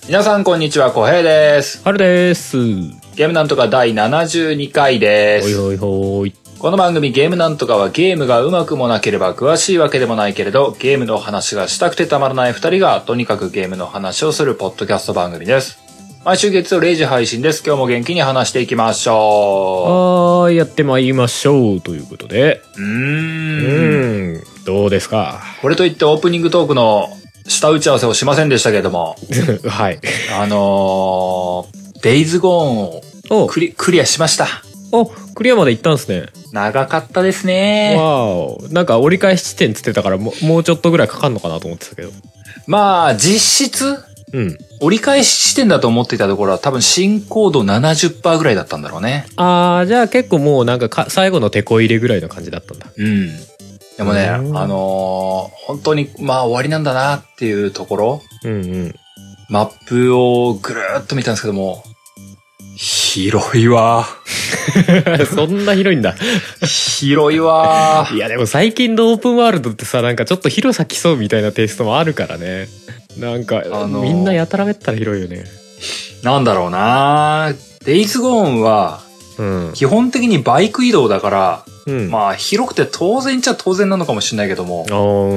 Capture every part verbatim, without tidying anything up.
皆さんこんにちは、小平です。 春です。 ゲームなんとかだいななじゅうにかいです。 ほいほいほい。 この番組ゲームなんとかはゲームがうまくもなければ詳しいわけでもないけれど、ゲームの話がしたくてたまらない二人がとにかくゲームの話をするポッドキャスト番組です。毎週月曜れいじ配信です。今日も元気に話していきましょう。はーい、やってまいりましょうということで。 うーん。うーん、どうですか。 これといってオープニングトークの下打ち合わせをしませんでしたけれども。 はい。 あのー、デイズゴーンをクリ、クリアしました。 お、クリアまで行ったんですね。 長かったですね。 わー。なんか折り返し地点つってたからももうちょっとぐらいかかんのかなと思ってたけど。 まあ、実質、うん。折り返し地点だと思っていたところは多分進行度 ななじゅっパーセント ぐらいだったんだろうね。 あー、じゃあ結構もうなんかか最後のテこ入れぐらいの感じだったんだ。 うん。でもね、あのー、本当にまあ終わりなんだなっていうところ。 うんうん。 マップをぐるーっと見たんですけども、広いわ。 そんな広いんだ。 広いわ。 いやでも最近のオープンワールドってさ、なんかちょっと広さ競うみたいなテイストもあるからね。なんか、あのー、みんなやたらめったら広いよね。 なんだろうな。デイズゴーンは、うん、基本的にバイク移動だから、うん、まあ広くて当然っちゃ当然なのかもしれないけども、うん、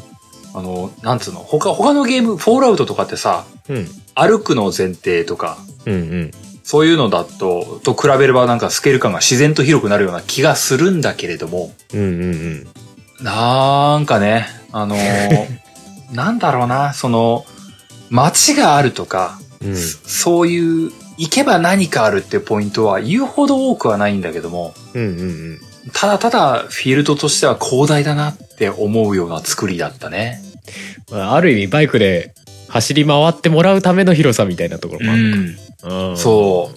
あの、なんつうの、他、他のゲーム、フォールアウトとかってさ、うん、歩くの前提とか、うんうん、そういうのだと、と比べればなんかスケール感が自然と広くなるような気がするんだけれども、うんうんうん、なんかね、あのー、なんだろうな、その、街があるとか、うん、そういう、行けば何かあるっていうポイントは言うほど多くはないんだけども、うんうんうん、ただただフィールドとしては広大だなって思うような作りだったね。 ある意味バイクで走り回ってもらうための広さみたいなところもあるか、 うん、そう。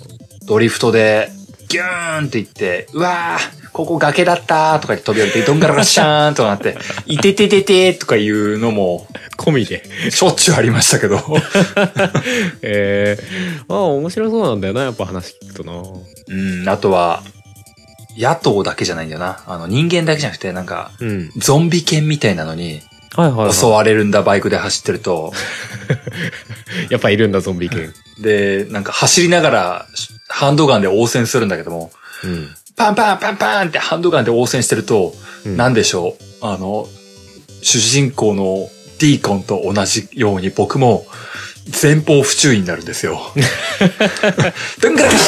ドリフトでギューンっていって、うわーここ崖だったーとか言って飛び降りて、どんがらがシャーンとなって、いててててとかいうのも、 込みで。 しょっちゅうありましたけど。 ええー、ああ、面白そうなんだよな、やっぱ話聞くとな。 うん、あとは、野党だけじゃないんだよな。あの、人間だけじゃなくて、なんか、うん、ゾンビ犬みたいなのに、はいはいはい、襲われるんだ、バイクで走ってると。 やっぱいるんだ、ゾンビ犬。 で、なんか走りながら、ハンドガンで応戦するんだけども、うん、パンパンパンパンってハンドガンで応戦してると、うん、なんでしょう。あの、主人公のディーコンと同じように僕も前方不注意になるんですよ。どんがらかし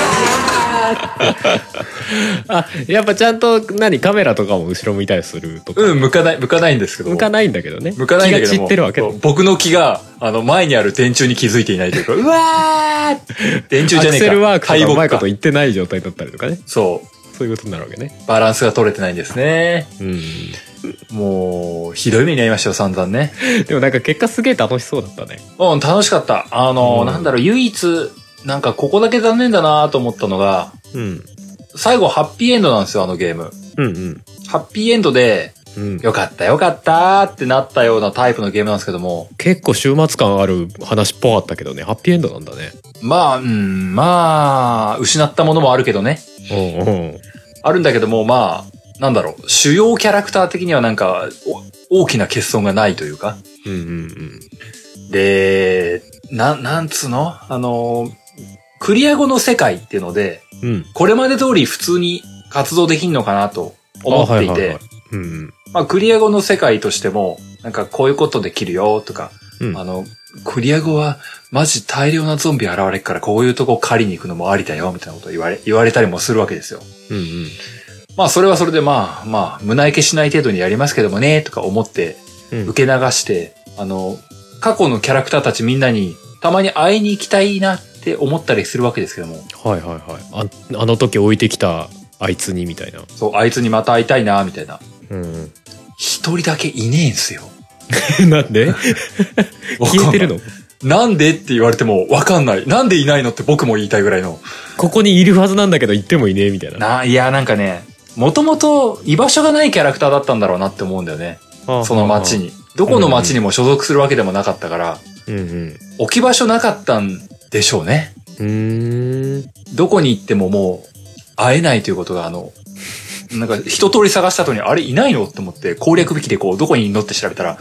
あ、やっぱちゃんと何カメラとかも後ろ向いたりするとか。 うん、向かない、向かないんですけど。 向かないんだけどね。 向かないんだけども。 気が散ってるわけだ。 僕の気が、あの、前にある電柱に気づいていないというか、うわー電柱じゃねえか。 アクセルワークとかうまいこと言ってない状態だったりとかね。 そう。 そういうことになるわけね。 バランスが取れてないんですね。うん。もう、ひどい目に遭いましたよ、散々ね。 でもなんか結果すげえ楽しそうだったね。 うん、楽しかった。あの、うん、なんだろう、唯一、なんかここだけ残念だなと思ったのが、うん。最後ハッピーエンドなんですよ、あのゲーム。うんうん。ハッピーエンドで、うん、よかったよかったってなったようなタイプのゲームなんですけども。 結構終末感ある話っぽかったけどね、ハッピーエンドなんだね。 まあ、うん、まあ、失ったものもあるけどね。うんうん。あるんだけども、まあ、なんだろう、主要キャラクター的にはなんか、大きな欠損がないというか。うんうんうん。で、な、なんつうのあの、クリア後の世界っていうので、うん、これまで通り普通に活動できんのかなと思っていて、まあクリア後の世界としても、なんかこういうことできるよとか、うん、あの、クリア後はマジ大量なゾンビ現れるからこういうとこ借りに行くのもありだよみたいなことを言われ、言われたりもするわけですよ。うんうん、まあそれはそれでまあまあ胸焼けしない程度にやりますけどもねとか思って受け流して、うん、あの、過去のキャラクターたちみんなにたまに会いに行きたいなって思ったりするわけですけども。 はいはいはい。あ、あの時置いてきたあいつにみたいな。 そう、あいつにまた会いたいなみたいな。うん。一人だけいねえんすよ。 なんで消えてるの？ なんでって言われてもわかんない。なんでいないのって僕も言いたいぐらいの。 ここにいるはずなんだけど行ってもいねえみたいな。 な、いやなんかね、もともと居場所がないキャラクターだったんだろうなって思うんだよね。はあ、その街に。どこの街にも所属するわけでもなかったから、うんうん、置き場所なかったんでしょうね。うーん、どこに行ってももう会えないということが、あの、なんか一通り探した後にあれいないのって思って攻略引きでこうどこにいんのって調べたら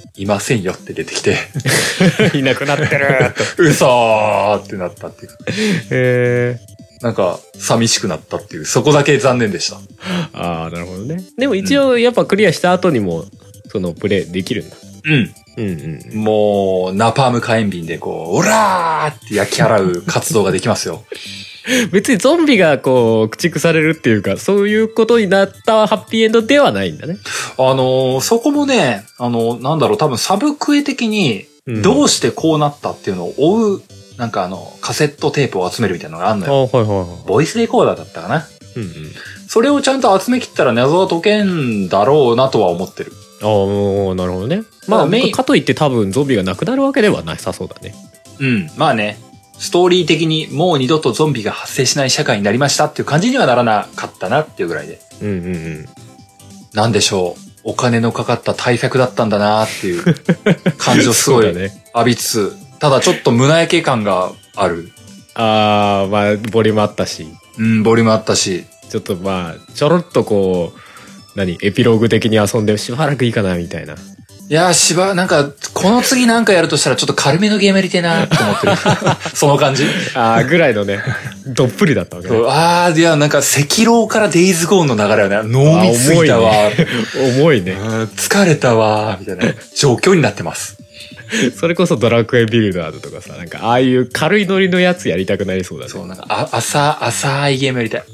いませんよって出てきていなくなってると嘘ーってなったっていう。 へー。なんか寂しくなったっていう、そこだけ残念でした。 ああ、なるほどね。でも一応やっぱクリアした後にもそのプレイできるんだ。 うん。うんうん。もうナパーム火炎瓶でこうオラーって焼き払う活動ができますよ。 別にゾンビがこう駆逐されるっていうか、そういうことになったハッピーエンドではないんだね。 あのー、そこもね、あのー、なんだろう、多分サブクエ的にどうしてこうなったっていうのを追う、なんかあのカセットテープを集めるみたいなのがあるのよ。 あ、はいはいはい。 ボイスレコーダーだったかな。 うんうん。 それをちゃんと集めきったら謎は解けんだろうなとは思ってる。 ああ、なるほどね。まあメインかといって多分ゾンビがなくなるわけではなさそうだね。 うん、まあね。ストーリー的にもう二度とゾンビが発生しない社会になりましたっていう感じにはならなかったなっていうぐらいで。 うんうんうん。 なんでしょう。お金のかかった対策だったんだなっていう感じをすごい浴びつつ、ただちょっと胸焼け感がある。 ああ、まあボリュームあったし。 うん、ボリュームあったし。 ちょっとまあ、ちょろっとこう、何エピローグ的に遊んでしばらくいいかなみたいな。 いやー、しば、なんか、この次なんかやるとしたらちょっと軽めのゲームやりてえなーって思ってる。その感じ。 ああ、ぐらいのね、どっぷりだったわけね。 ああ、いや、なんか、赤狼からデイズゴーンの流れはね、濃密すぎたわー。 重いね。 疲れたわー、みたいな状況になってます。 それこそドラクエビルダーズとかさ、なんか、ああいう軽いノリのやつやりたくなりそうだね。 そう、なんか、あ、浅、浅いゲームやりたい。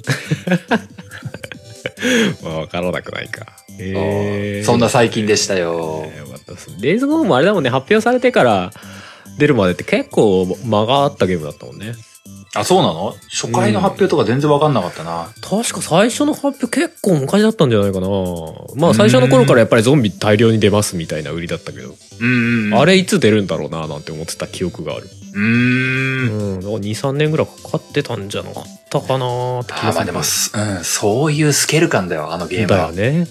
まあ、わからなくないか。えー、そんな最近でしたよ。 えー、よかったです。デイズゴーンもあれだもんね、発表されてから出るまでって結構間があったゲームだったもんね。 あ、そうなの？初回の発表とか全然わかんなかったな、 うん。確か最初の発表結構昔だったんじゃないかな。まあ最初の頃からやっぱりゾンビ大量に出ますみたいな売りだったけど。 うん。 あれいつ出るんだろうななんて思ってた記憶がある。 うーん。 うん。だからに、さんねんぐらいかかってたんじゃなかったかなって気がする。 あ、まあでも、うん、そういうスケール感だよ、あのゲームは。 だよね。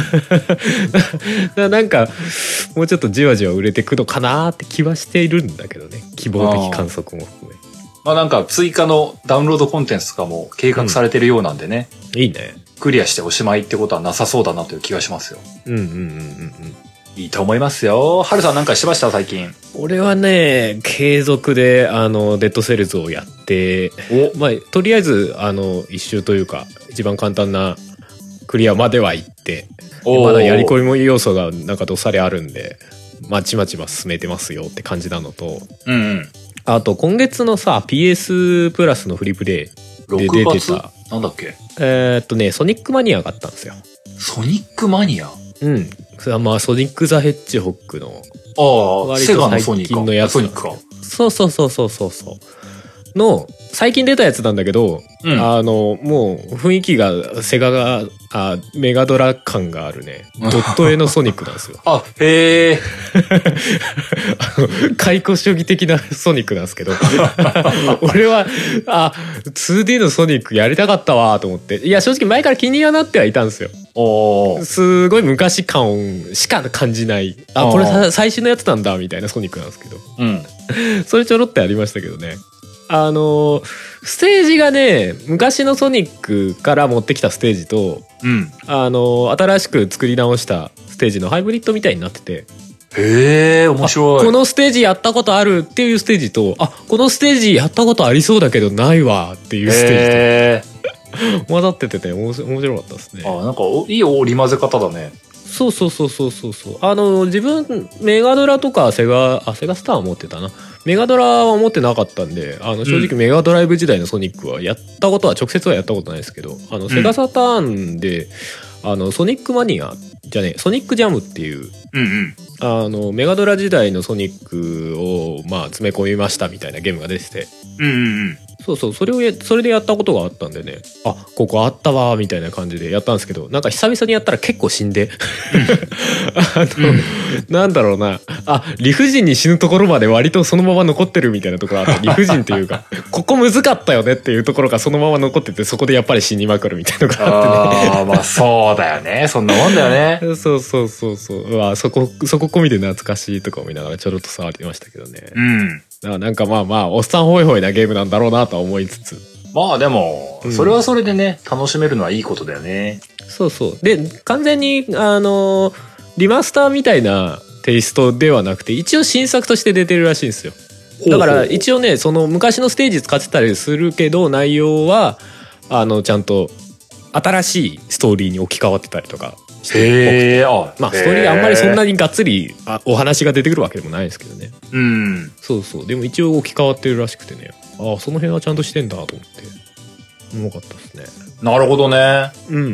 うん、なんか、もうちょっとじわじわ売れてくのかなって気はしているんだけどね。希望的観測も含め。 まあなんか追加のダウンロードコンテンツとかも計画されてるようなんでね。 うん、いいね。 クリアしておしまいってことはなさそうだなという気がしますよ。 うんうんうんうんうん。 いいと思いますよ。はるさんなんかしてました最近？ 俺はね、継続であのデッドセルズをやって、おまあとりあえずあの一周というか一番簡単なクリアまでは行って、まだやり込みも要素がなんかどっさりあるんで、まちまちま進めてますよって感じなのと、 うんうん。 あと今月のさ ピーエス プラスのフリープレイで出てたなんだっけ？ えー、っとねソニックマニアがあったんですよ。 ソニックマニア？ うん。それはまあソニックザヘッジホックのああセガのソニックのやつソニックか。 そうそうそうそうそうそうの最近出たやつなんだけど、うん、あのもう雰囲気がセガがあメガドラ感があるねドット絵のソニックなんですよ。 あへえ。 解雇主義的なソニックなんですけど俺はあ ツーディー のソニックやりたかったわと思って、いや正直前から気にはなってはいたんですよ。おすごい昔感しか感じない、あこれ最新のやつなんだみたいなソニックなんですけど、うん、それちょろっとやりましたけどね。あのステージがね昔のソニックから持ってきたステージと、うん、あの新しく作り直したステージのハイブリッドみたいになってて、 へえ面白い。 このステージやったことあるっていうステージと、あこのステージやったことありそうだけどないわっていうステージと混ざっててね面白かったですね。 あなんかいい織り交ぜ方だね。 そうそうそうそうそうそう。あの自分メガドラとかセガあセガスターは持ってたな。メガドラは持ってなかったんで、あの正直メガドライブ時代のソニックはやったことは直接はやったことないですけど、あのセガサターンで、うん、あのソニックマニアじゃねソニックジャムっていう、うんうん、あのメガドラ時代のソニックをまあ詰め込みましたみたいなゲームが出てて、うんうんうん、そうそうそれをやそれでやったことがあったんでね、あここあったわみたいな感じでやったんですけど、なんか久々にやったら結構死んであの、うん、なんだろうなあ理不尽に死ぬところまで割とそのまま残ってるみたいなところあって理不尽っていうかここむずかったよねっていうところがそのまま残ってて、そこでやっぱり死にまくるみたいなのがあってね。あまあそうだよねそんなもんだよね。 そうそうそうそう、うわそこそこ込みで懐かしいとか思いながらちょろっと触りましたけどね。うん。だからなんかまあまあおっさんホイホイなゲームなんだろうなとは思いつつ、 まあでもそれはそれでね、うん、楽しめるのはいいことだよね。 そうそうで完全にあのリマスターみたいなテイストではなくて一応新作として出てるらしいんですよ。だから一応ねその昔のステージ使ってたりするけど内容はあのちゃんと新しいストーリーに置き換わってたりとかしてへー、あ、 まあストーリーあんまりそんなにがっつりあお話が出てくるわけでもないですけどね。 うん。 そうそう。でも一応置き換わってるらしくてね。ああその辺はちゃんとしてんだと思っておもろかったですね。 なるほどね。 うんうんうん。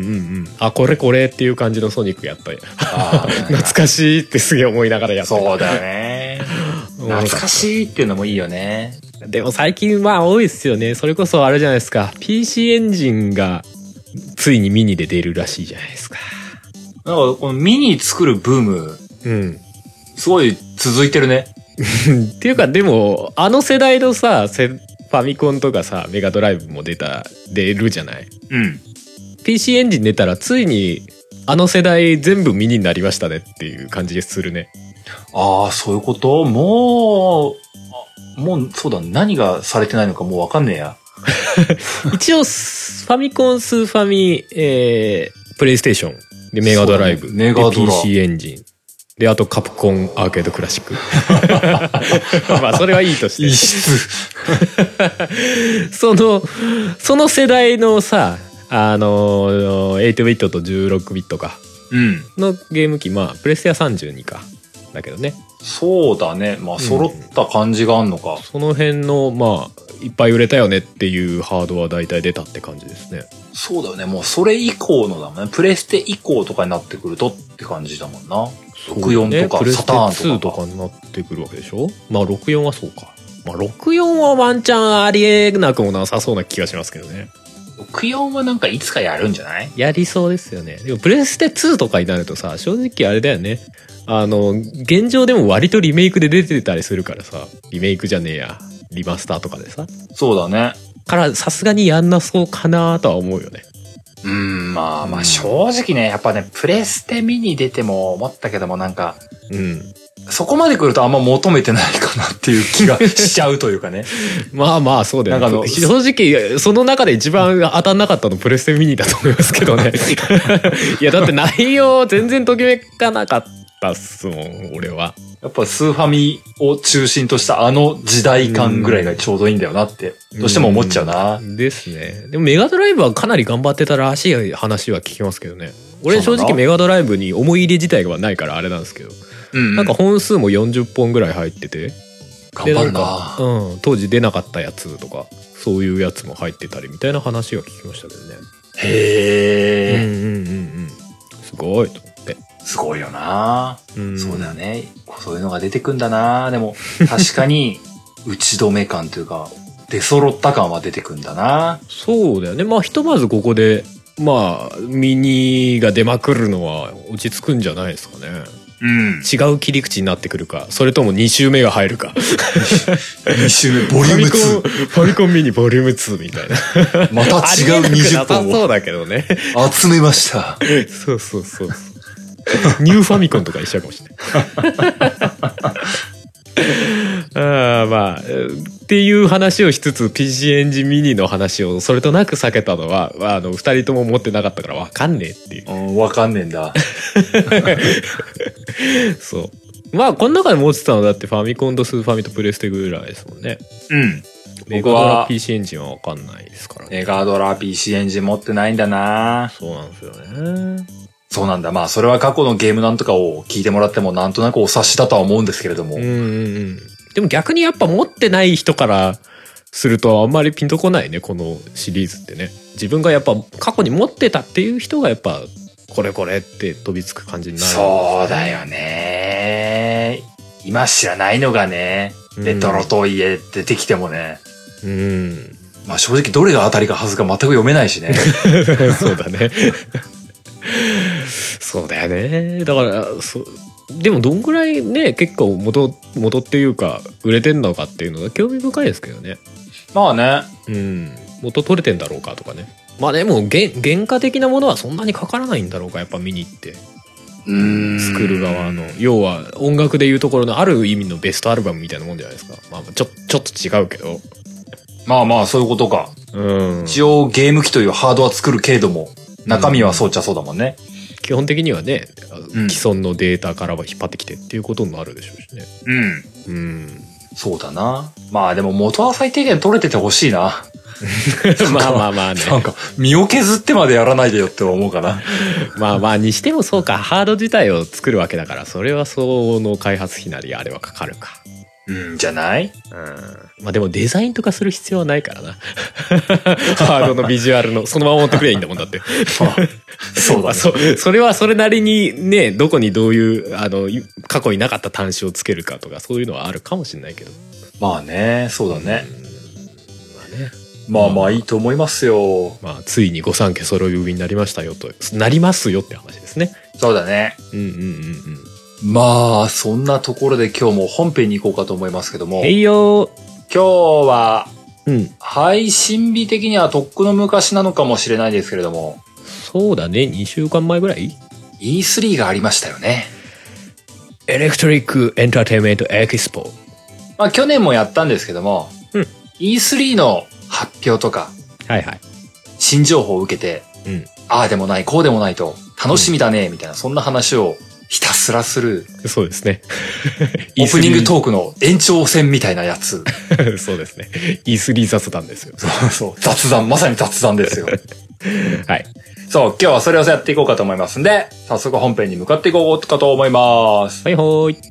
あこれこれっていう感じのソニックやったよ。 あ懐かしいってすげえ思いながらやってた。 そうだよね。懐かしいっていうのもいいよね。 でも最近まあ多いですよね。それこそあれじゃないですか ピーシー エンジンがついにミニで出るらしいじゃないですか。 なんかこのミニ作るブーム、うん、すごい続いてるね。 っていうかでもあの世代のさファミコンとかさメガドライブも出た出るじゃない。うん。ピーシー エンジン出たらついにあの世代全部ミニになりましたねっていう感じがするね。 ああそういうこと。もうもうそうだ何がされてないのかもうわかんねえや。 一応ファミコンスーファミ、えー、プレイステーションでメガドライブ、ね、メガドラ ピーシー エンジンであとカプコンアーケードクラシック。まあそれはいいとして。異質。そのその世代のさあのエイトビットとじゅうろくビットかのゲーム機、まあプレステはさんじゅうにかだけどね。 そうだね。まあ揃った感じがあんのか。うん、 その辺のまあいっぱい売れたよねっていうハードは大体出たって感じですね。 そうだよね。もうそれ以降のだもんね。プレステ以降とかになってくるとって感じだもんな。ろくじゅうよんとか、ね、サターンとか。プレステツーとかになってくるわけでしょ。まあろくじゅうよんはそうか。まあろくじゅうよんはワンチャンありえなくもなさそうな気がしますけどね。 ろくじゅうよんはなんかいつかやるんじゃない？ やりそうですよね。でもプレステツーとかになるとさ、正直あれだよね。あの現状でも割とリメイクで出てたりするからさ、リメイクじゃねえや。リマスターとかでさ。 そうだね。 からさすがにやんなそうかなとは思うよね。 うーん、まあまあ正直ね、やっぱね、プレステミニ出ても思ったけどもなんか、うん。そこまで来るとあんま求めてないかなっていう気がしちゃうというかね。 まあまあそうだよね。なんか正直その中で一番当たんなかったのプレステミニだと思いますけどね。いやだって内容全然ときめかなかったっすもん、俺は。 やっぱスーファミを中心としたあの時代感ぐらいがちょうどいいんだよなって、どうしても思っちゃうな。 ですね。でもメガドライブはかなり頑張ってたらしい話は聞きますけどね。俺正直メガドライブに思い入れ自体がないからあれなんですけど。うんうん、なんか本数もよんじゅっぽんぐらい入ってて。 頑張るな。 うん。当時出なかったやつとか、そういうやつも入ってたりみたいな話は聞きましたけどね。 へー。うんうんうんうん。すごいと。 すごいよな、うん、そうだよね。そういうのが出てくんだな。でも確かに打ち止め感というか出揃った感は出てくんだな。 そうだよね。まあひとまずここでまあミニが出まくるのは落ち着くんじゃないですかね。うん、違う切り口になってくるか、それともに周目が入るか。 に周目ボリュームツー、 ファミコンミニボリュームツーみたいな。 また違うにじゅっぽんをそうだけどね。 集めました。 そうそうそう。ニューファミコンとか一緒かもしれない。ああまあっていう話をしつつ ピーシー エンジンミニの話をそれとなく避けたのはあのふたりとも持ってなかったから分かんねえっていう。 分かんねえんだ。 そうまあこの中で持ってたのだってファミコンとスーファミとプレステぐらいですもんね。 うん。 メガドラ ピーシー エンジンは分かんないですからね。 メガドラ ピーシー エンジン持ってないんだな。 そうなんですよね。 そうなんだ。まあそれは過去のゲームなんとかを聞いてもらってもなんとなくお察しだとは思うんですけれども。うんうんうん。 でも逆にやっぱ持ってない人からするとあんまりピンとこないね、このシリーズってね。自分がやっぱ過去に持ってたっていう人がやっぱこれこれって飛びつく感じになる。 そうだよね。今知らないのがね、レトロと家出てきてもね。うん。まあ正直どれが当たりか外か全く読めないしね。 そうだね。そうだよね。だからそでもどんぐらいね結構元元っていうか売れてんのかっていうのが興味深いですけどね。 まあね。 うん。元取れてんだろうかとかね。まあでも原原価的なものはそんなにかからないんだろうかやっぱ見に行って。うーん。作る側の要は音楽でいうところのある意味のベストアルバムみたいなもんじゃないですか。まあちょちょっと違うけど。 まあまあそういうことか。うん。一応ゲーム機というハードは作るけれども。中身はそうっちゃそうだもんね。 基本的にはね、 うん既存のデータからは引っ張ってきてっていうことになるでしょうしね。 うん。 うん。 そうだな。まあでも元は最低限取れててほしいな。 まあまあまあね。 なんか、身を削ってまでやらないでよって思うかな。 まあまあにしてもそうか、ハード自体を作るわけだから、それはその開発費なりあれはかかるか。 うん、じゃない？ うん。まあでもデザインとかする必要はないからな。ハードのビジュアルの、そのまま持ってくればいいんだもんだって。 そうだね。 そ、それはそれなりにね、どこにどういう、あの、過去になかった端子をつけるかとか、そういうのはあるかもしれないけど。 まあね、そうだね。 まあね。 まあまあいいと思いますよ。 まあ、ついに御三家揃い踏みになりましたよと、なりますよって話ですね。 そうだね。 うんうんうんうん。 まあ、そんなところで今日も本編に行こうかと思いますけども。 へいよー。 今日は、 うん。 配信日的にはとっくの昔なのかもしれないですけれども。 そうだね、にしゅうかんまえぐらいイースリー がありましたよね。 エレクトリックエンターテインメントエキスポ。 まあ去年もやったんですけども、 うん。 イースリー の発表とか、 はいはい。 新情報を受けて、 うん。 ああでもない、こうでもないと、楽しみだね、みたいな、そんな話をひたすらする。 そうですね。 オープニングトークの延長戦みたいなやつ。 そうですね。イースリー 雑談ですよ。 そうそう。雑談、まさに雑談ですよ。 はい。 そう、今日はそれをやっていこうかと思いますんで、早速本編に向かっていこうかと思います。 はいほーい。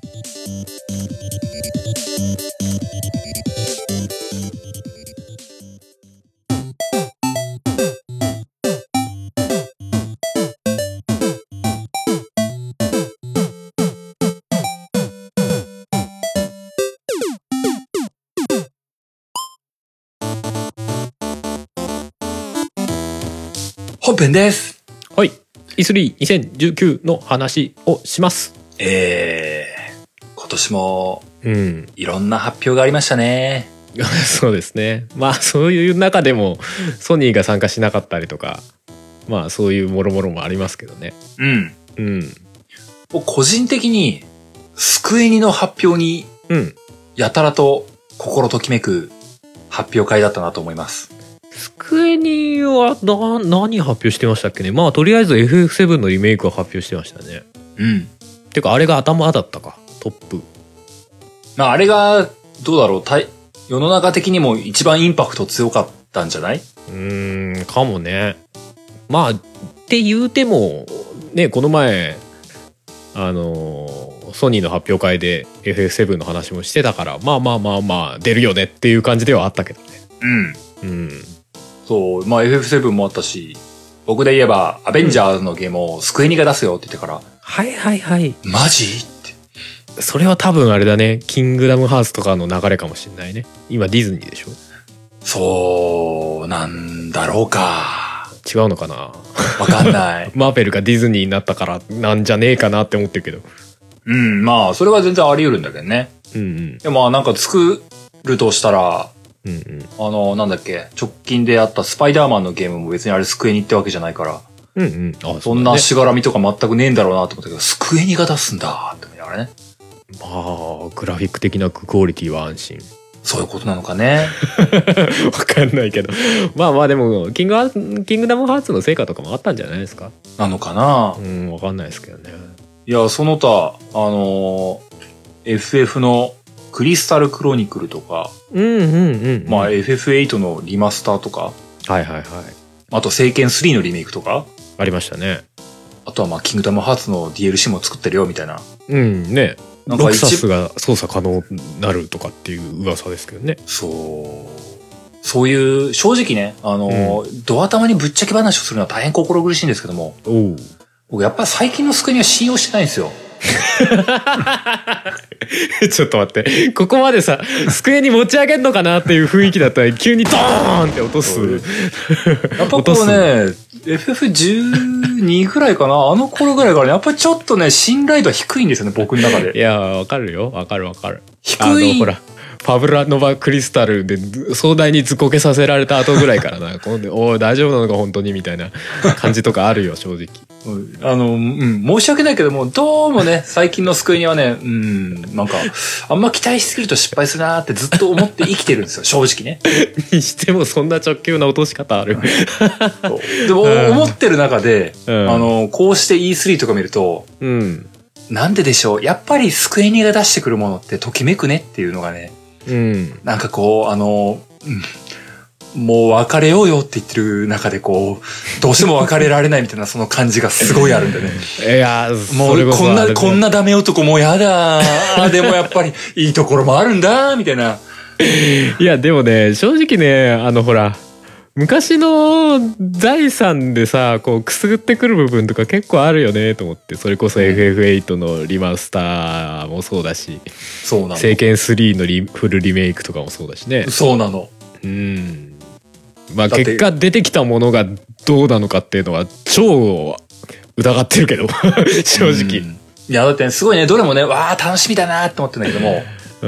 本編です。 はい。イースリーにせんじゅうきゅう の話をします。 えー、今年も、 うん。 いろんな発表がありましたね。 そうですね。まあそういう中でもソニーが参加しなかったりとか、まあそういうもろもろもありますけどね。 うん。 うん。 僕個人的に、スクエニの発表に、 うん。 やたらと心ときめく発表会だったなと思います。 スクエニはな何発表してましたっけね。まあとりあえず エフエフセブン のリメイクを発表してましたね。 うん。 てかあれが頭だったか、トップ。 まああれが、どうだろう、たい世の中的にも一番インパクト強かったんじゃない？ うーん、かもね。まあって言うてもね、この前あのソニーの発表会で エフエフセブン の話もしてたから、まあまあまあまあ出るよねっていう感じではあったけどね。 うん。 うん。 そう、まあ エフエフセブン もあったし、僕で言えば、アベンジャーズのゲームをスクエニが出すよって言ってから、 はいはいはい。 マジって。 それは多分あれだね、キングダムハーツとかの流れかもしれないね。今ディズニーでしょ。 そう、なんだろうか。 違うのかな。 わかんない。 マーベルがディズニーになったからなんじゃねえかなって思ってるけど。 うん、まあ、それは全然あり得るんだけどね。 うんうん。 でもまあなんか作るとしたら、 うんうん、 あの、なんだっけ、直近であったスパイダーマンのゲームも別にあれスクエニってわけじゃないから、 うんうん。あ、 そんなしがらみとか全くねえんだろうなと思ったけど、スクエニが出すんだって思いながらね。 まあ、グラフィック的なクオリティは安心。 そういうことなのかね。 わかんないけど。まあまあでも、キング、キングダムハーツの成果とかもあったんじゃないですか。 なのかな。 うん、わかんないですけどね。 いや、その他、あのー、エフエフ のクリスタルクロニクルとか、 うんうんうん、うん。 まあ エフエフエイト のリマスターとか、 はいはいはい。 あと聖剣スリーのリメイクとか、 ありましたね。 あとはまあキングダムハーツの ディーエルシー も作ってるよみたいな。 うんね。 なんかロクサスが操作可能になるとかっていう噂ですけどね。 そう。そういう、正直ね、あの、うん、ド頭にぶっちゃけ話をするのは大変心苦しいんですけども、 おう、 僕やっぱり最近のスクエニは信用してないんですよ。 ちょっと待って。ここまでさ、机に持ち上げんのかなっていう雰囲気だったら急にドーンって落とす。 やっぱこうね、エフエフじゅうに ぐらいかな、あの頃ぐらいからね、やっぱりちょっとね、信頼度は低いんですよね、僕の中で。 いや、わかるよ。わかるわかる。 低い。 あの、ほら。パブラノバクリスタルで壮大にずっこけさせられた後ぐらいからな、今度おい大丈夫なのか本当にみたいな感じとかあるよ正直。 あの、うん、申し訳ないけども、どうもね、最近のスクエニはね、うん、なんか、あんま期待しすぎると失敗するなーってずっと思って生きてるんですよ、正直ね。 にしてもそんな直球な落とし方ある。 でも、思ってる中で、 うん、 あの、こうして イースリー とか見ると、うん、なんででしょう、やっぱりスクエニが出してくるものってときめくねっていうのがね、うん、なんかこう、あの、うんもう別れようよって言ってる中でこう、どうしても別れられないみたいなその感じがすごいあるんだね。 いや、 もうこんな、こんなダメ男もうやだー。でもやっぱりいいところもあるんだみたいな。 いや、でもね、正直ね、あのほら、昔の財産でさ、こうくすぐってくる部分とか結構あるよねと思って、それこそ エフエフエイト のリマスターもそうだし、 そうなの。 聖剣スリーのリフルリメイクとかもそうだしね。 そうなの。 うん。まあ結果出てきたものがどうなのかっていうのは超疑ってるけど正直。 いやだって、ね、すごいね、どれもね、わあ楽しみだなって思ってんだけども、うん、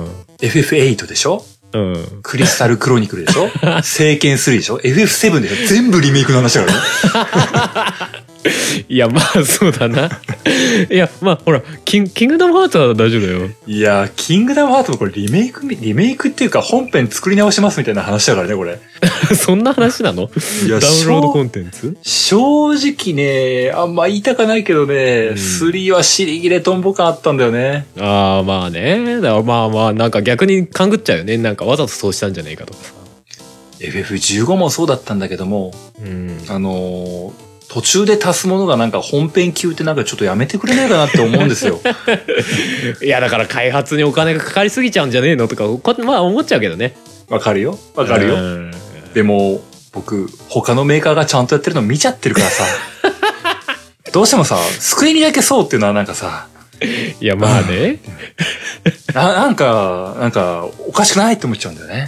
エフエフエイト でしょ、うん、クリスタルクロニクルでしょ聖剣スリーでしょ エフエフセブン でしょ、全部リメイクの話だからね。 いやまあそうだな。いやまあほらキンキングダムハーツは大丈夫だよ。 いやキングダムハーツもこれリメイクリメイクっていうか本編作り直しますみたいな話だからねこれ。 そんな話なの？いやダウンロードコンテンツ？ 正直ねあんま言いたかないけどね、うん、スリーは尻切れトンボ感あったんだよね。 ああまあね、だからまあまあなんか逆に勘ぐっちゃうよね、なんかわざとそうしたんじゃねえかとかさ。 エフエフじゅうご もそうだったんだけども、うん、あのー途中で足すものがなんか本編級ってなんかちょっとやめてくれないかなって思うんですよ。 いやだから開発にお金がかかりすぎちゃうんじゃねえのとかまあ思っちゃうけどね。 わかるよわかるよ。でも僕他のメーカーがちゃんとやってるの見ちゃってるからさどうしてもさスクエニだけそうっていうのはなんかさいやまあねな, なんかなんかおかしくないって思っちゃうんだよね。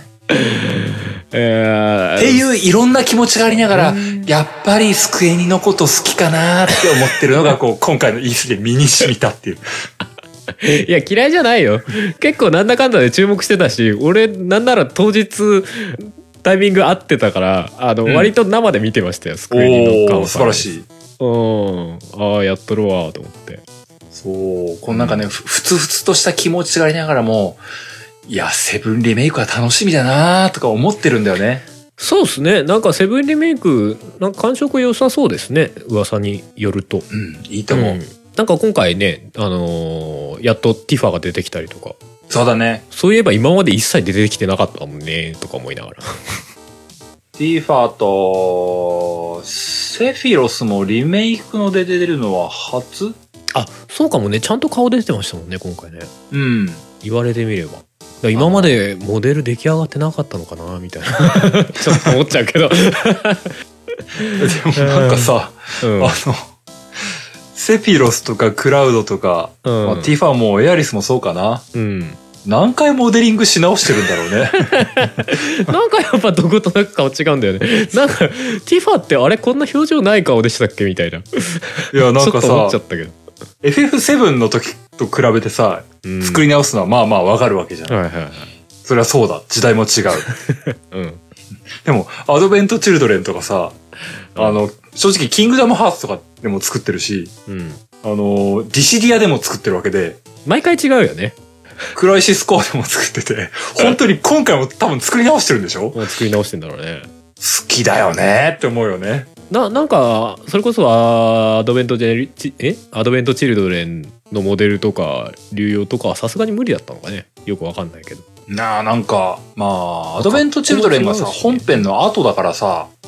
えー、 っていういろんな気持ちがありながら、やっぱりスクエニのこと好きかなって思ってるのがこう今回の イースリー で身に染みたっていう。 いや嫌いじゃないよ。結構なんだかんだで注目してたし、俺なんなら当日タイミング合ってたからあの、うん、割と生で見てましたよスクエニのカンファレンス。 素晴らしい。 うん、ああやっとるわと思って。 そうこのなんかね、うん、ふつふつとした気持ちがありながらも。いや、セブンリメイクは楽しみだなとか思ってるんだよね。 そうですね。なんかセブンリメイク、なんか感触良さそうですね。噂によると。 うん、いいと思う。うん、 なんか今回ね、あのー、やっとティファが出てきたりとか。 そうだね。 そういえば今まで一切出てきてなかったもんね、とか思いながら。 ティファと、セフィロスもリメイクので出てるのは初？ あ、そうかもね。ちゃんと顔出てましたもんね、今回ね。 うん。 言われてみれば。今までモデル出来上がってなかったのかなみたいなちょっと思っちゃうけどでもなんかさ、うん、あのセフィロスとかクラウドとか、うんまあ、ティファもエアリスもそうかな、うん、何回モデリングし直してるんだろうねなんかやっぱどことなく顔違うんだよね。なんかティファってあれこんな表情ない顔でしたっけみたいな。いやなんかさちょっと思っちゃったけどエフエフセブン の時と比べてさ、うん、作り直すのはまあまあわかるわけじゃん、はいはいはい、それはそうだ時代も違う、うん、でもアドベントチルドレンとかさ、うん、あの正直キングダムハーツとかでも作ってるし、うん、あのディシディアでも作ってるわけで毎回違うよね。 クライシスコアでも作ってて本当に今回も多分作り直してるんでしょ。 作り直してんだろうね。 好きだよねって思うよね。 な, なんかそれこそアドベントジェネリえアドベントチルドレンのモデルとか流用とかはさすがに無理だったのかね。よくわかんないけどなあ。なんかまあアドベントチルドレンがさ本編の後だからさ、うん、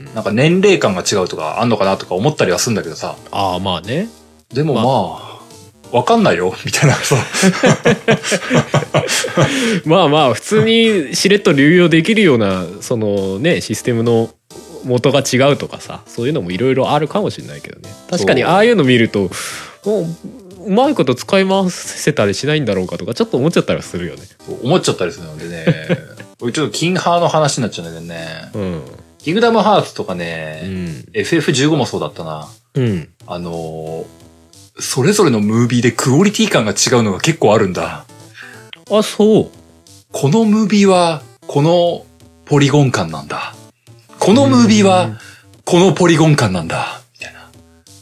なんか年齢感が違うとかあんのかなとか思ったりはするんだけどさ。 ああまあね。 でもまあ、まあ、わかんないよみたいなさまあまあ普通にしれっと流用できるようなそのねシステムの元が違うとかさ、そういうのもいろいろあるかもしれないけどね。確かにああいうの見るともううまいこと使い回せたりしないんだろうかとかちょっと思っちゃったりするよね。 思っちゃったりするのでねこれちょっとキンハーの話になっちゃうんだけどね、うん、キングダムハーツとかね、うん、エフエフじゅうご もそうだったな、うん、あのー、それぞれのムービーでクオリティ感が違うのが結構あるんだ。 あ、そう。 このムービーはこのポリゴン感なんだ、このムービーはこのポリゴン感なんだみたいな。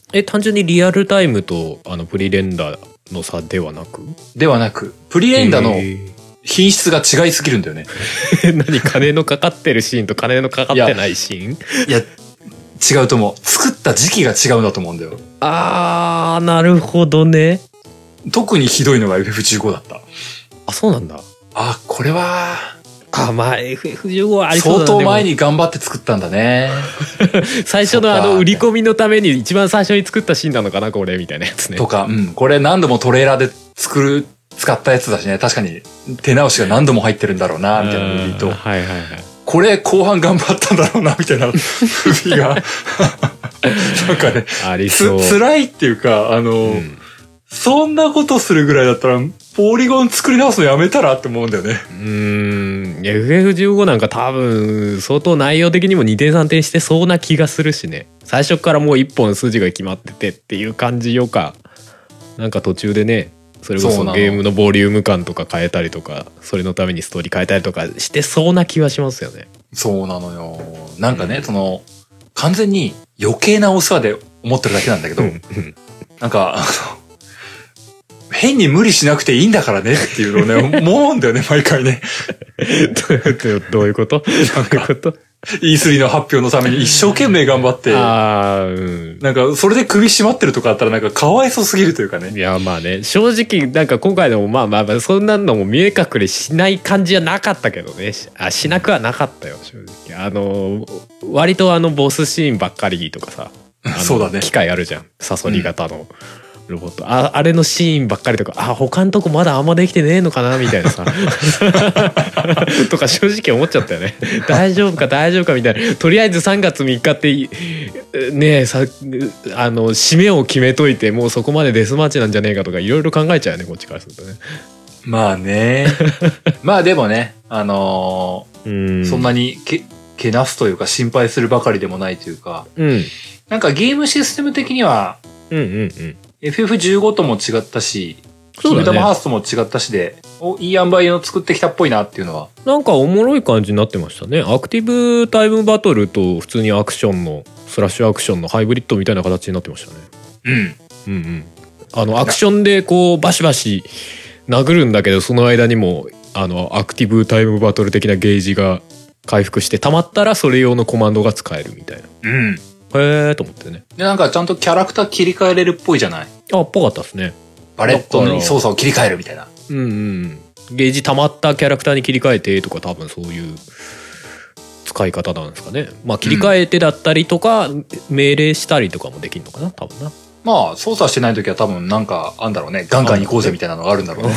え、単純にリアルタイムとあのプリレンダーの差ではなくではなく、プリレンダーの品質が違いすぎるんだよね。 何、金のかかってるシーンと金のかかってないシーン？ いや、違うと思う。作った時期が違うんだと思うんだよ。 あー、なるほどね。 特にひどいのが エフエフじゅうご だった。 あ、そうなんだ。 あ、これは。 あ、まあ エフエフじゅうご はありそうだね。 相当前に頑張って作ったんだね。 最初のあの売り込みのために一番最初に作ったシーンなのかなこれみたいなやつね。 とか、うん。これ何度もトレーラーで作る、使ったやつだしね。確かに手直しが何度も入ってるんだろうな、みたいなムービーと。 はいはいはい。 これ後半頑張ったんだろうな、みたいなムービーが。なんかね、 ありそう。 つ、辛いっていうか、あの、うん、そんなことするぐらいだったら、ポリゴン作り直すのやめたらって思うんだよね。 うーん。エフエフじゅうご なんか多分、相当内容的にもにてんさんてんしてそうな気がするしね。最初からもう一本筋が決まっててっていう感じよか。なんか途中でね、それこそゲームのボリューム感とか変えたりとか、それのためにストーリー変えたりとかしてそうな気はしますよね。 そうなのよ。なんかね、うん、その、完全に余計なお世話で思ってるだけなんだけど、なんか、変に無理しなくていいんだからねっていうのをね、思うんだよね、毎回ね。 どういうことどういうことイースリー の発表のために一生懸命頑張って、 あー、うん、 なんかそれで首絞まってるとかあったらなんかかわいそうすぎるというかね。 いやまあね、正直なんか今回のもまあまあまあそんなのも見え隠れしない感じはなかったけどね。あ、しなくはなかったよ正直。あの割とあのボスシーンばっかりとかさ、 そうだね。 機械あるじゃん。サソリ型の。うんロボット あ, あれのシーンばっかりとか、あ他のとこまだあんまできてねえのかなみたいなさとか正直思っちゃったよね。大丈夫か大丈夫かみたいな。とりあえずさんがつみっかってねえさ、あの締めを決めといてもうそこまでデスマッチなんじゃねえかとかいろいろ考えちゃうよねこっちからするとね。 まあねまあでもねあのー、うんそんなにけけなすというか心配するばかりでもないというか、うん、なんかゲームシステム的にはうんうんうんエフエフじゅうご とも違ったし、キングダムハーツとも違ったしで、おいい塩梅を作ってきたっぽいなっていうのは。 なんかおもろい感じになってましたね。アクティブタイムバトルと普通にアクションの、スラッシュアクションのハイブリッドみたいな形になってましたね。うん。うんうん。あの、アクションでこう、バシバシ殴るんだけど、その間にも、あの、アクティブタイムバトル的なゲージが回復して、溜まったらそれ用のコマンドが使えるみたいな。うん。へーと思ってね。 で、なんかちゃんとキャラクター切り替えれるっぽいじゃない？ あ、っぽかったですね。 バレットに操作を切り替えるみたいな。 うんうん。ゲージ溜まったキャラクターに切り替えてとか多分そういう使い方なんですかね。まあ切り替えてだったりとか、うん、命令したりとかもできるのかな多分な。 まあ操作してない時は多分なんかあんだろうね。ガンガン行こうぜみたいなのがあるんだろうね。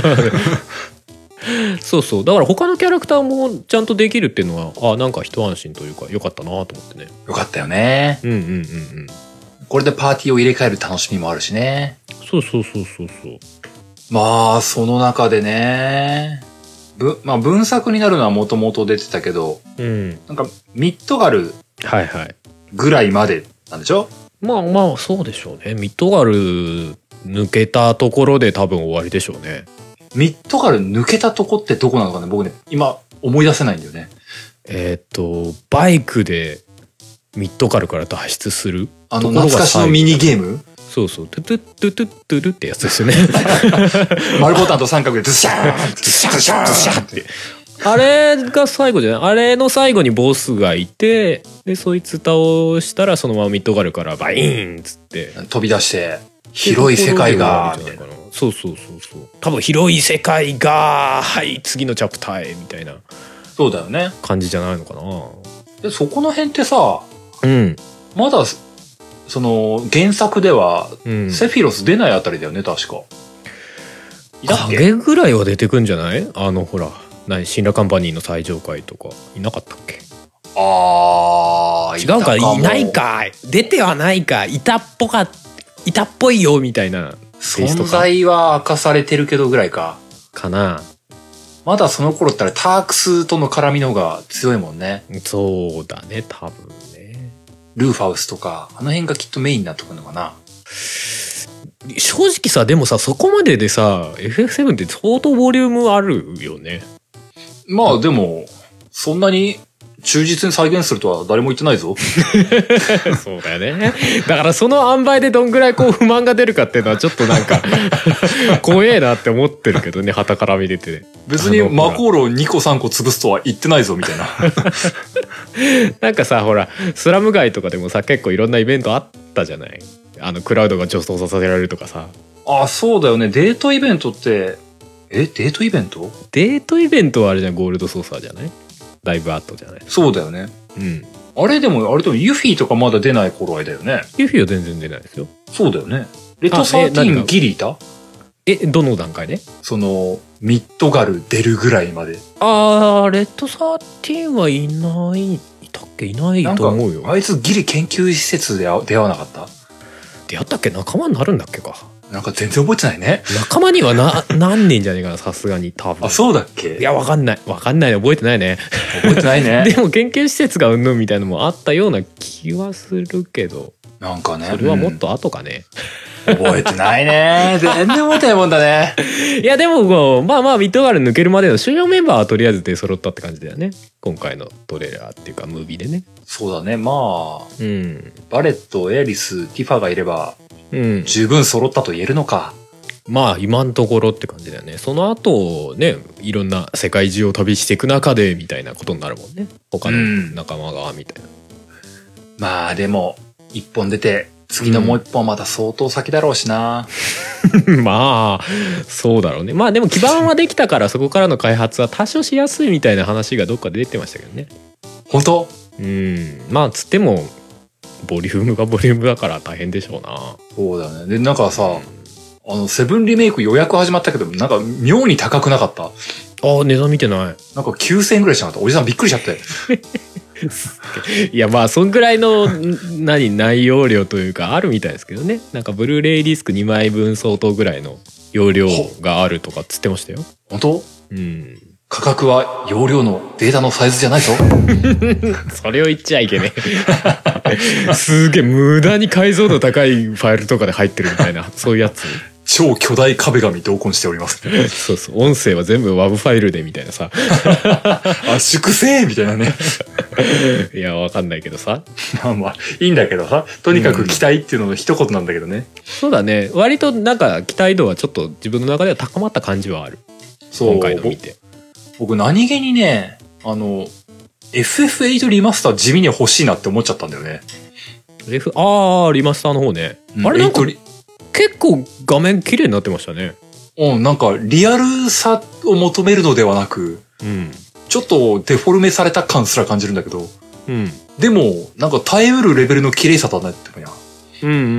そうそう。だから他のキャラクターもちゃんとできるっていうのは、あ、なんか一安心というか良かったなと思ってね。 よかったよね。うんうんうんうん。これでパーティーを入れ替える楽しみもあるしね。 そうそうそうそうそう。 まあその中でね、ぶまあ分作になるのはもともと出てたけど、うん、なんかミッドガルはいはいぐらいまでなんでしょ？ まあまあそうでしょうね。ミッドガル抜けたところで多分終わりでしょうね。 ミッドガル抜けたとこってどこなのかね、僕ね今思い出せないんだよね。 えっとバイクでミッドガルから脱出するあの懐かしのミニゲーム。 そうそうトゥトゥトゥトゥトゥルってやつですよね。 丸ボタンと三角でズシャーンズシャーンズシャーンズシャーンって。 あれが最後じゃない？あれの最後にボスがいて、でそいつ倒したらそのままミッドガルからバイーンっつって飛び出して広い世界がみたいな。 そうそうそうそう。多分広い世界がはい次のチャプターへみたいな。 そうだよね。 感じじゃないのかな。 でそこの辺ってさ、うん、まだその原作では、うん、セフィロス出ないあたりだよね確か。 影ぐらいは出てくんじゃない？あのほら何シンラカンパニーの最上階とかいなかったっけ？あー違うかいないか出てはないかいたっぽかいたっぽいよみたいな存在は明かされてるけどぐらいかかな。 まだその頃ってタークスとの絡みの方が強いもんね。 そうだね多分ね。 ルーファウスとかあの辺がきっとメインになってくるのかな。 正直さでもさそこまででさ エフエフセブン って相当ボリュームあるよね。 まあでもそんなに忠実に再現するとは誰も言ってないぞ。 そうだよね。だからその塩梅でどんぐらいこう不満が出るかっていうのはちょっとなんか怖えなって思ってるけどね、旗から見れて。 別にマコールをにこさんこ潰すとは言ってないぞみたいな。 なんかさ、ほらスラム街とかでもさ、結構いろんなイベントあったじゃない。あのクラウドが女装させられるとかさ。 あ、そうだよね。デートイベントって、え、デートイベント？ デートイベントはあれじゃん、ゴールドソーサーじゃない？ライブアートじゃない？ そうだよね。 うん。 あれでも、あれでもユフィとかまだ出ない頃合いだよね。 ユフィは全然出ないですよ。 そうだよね。レッドサーティーンギリいた？ え、どの段階で？ その、ミッドガル出るぐらいまで。 あー、レッドサーティーンはいない、いたっけ？いないと思うよ。 あいつギリ研究施設で出会わなかった？ 出会ったっけ？仲間になるんだっけか。 なんか全然覚えてないね。 仲間にはな、なんねんじゃねえかな、さすがに多分。 あ、そうだっけ？ いや、わかんない。わかんないね。覚えてないね。 覚えてないね。 でも研究施設がうんぬんみたいなのもあったような気はするけど。 なんかね。 それはもっと後かね。 うん、覚えてないね。全然覚えてないもんだね。 いや、でもこう、まあまあ、ミッドガル抜けるまでの主要メンバーはとりあえず出揃ったって感じだよね。今回のトレーラーっていうか、ムービーでね。 そうだね。まあ、 うん。 バレット、エアリス、ティファがいれば、 うん、 十分揃ったと言えるのか。 まあ今のところって感じだよね。その後ね、いろんな世界中を旅していく中でみたいなことになるもんね。他の仲間がみたいな。うん、 まあでも一本出て次のもう一本はまた相当先だろうしな。 うん、まあそうだろうね。まあでも基盤はできたからそこからの開発は多少しやすいみたいな話がどっかで出てましたけどね。 本当？ うん。まあつってもボリュームがボリュームだから大変でしょうな。 そうだね。でなんかさ。うんあの、セブンリメイク予約始まったけど、なんか妙に高くなかった？ああ、値段見てない。 なんかきゅうせんえんぐらいしなかった。おじさんびっくりしちゃって。 いや、まあ、そんぐらいの、何、内容量というか、あるみたいですけどね。なんか、ブルーレイディスクにまいぶん相当ぐらいの容量があるとかっつってましたよ。 本当？ うん。 価格は容量のデータのサイズじゃないぞ。 それを言っちゃいけねえ。すげえ無駄に解像度高いファイルとかで入ってるみたいな、そういうやつ。 超巨大壁紙同梱しております。 そうそう。音声は全部 ワブ ファイルでみたいなさ。 圧縮せーみたいなね。 いや、わかんないけどさ。 まあまあ、いいんだけどさ。とにかく期待っていうのの一言なんだけどね。うん、 そうだね。割となんか期待度はちょっと自分の中では高まった感じはある。そう。今回の見て。 僕何気にね、あの、エフエフエイト リマスター地味に欲しいなって思っちゃったんだよね。 F、あー、リマスターの方ね。うん、あれなんか結構画面綺麗になってましたね。 うん、なんかリアルさを求めるのではなく、うん、ちょっとデフォルメされた感すら感じるんだけど、うん、でもなんか耐えうるレベルの綺麗さだなって思うや。 うんうんうん。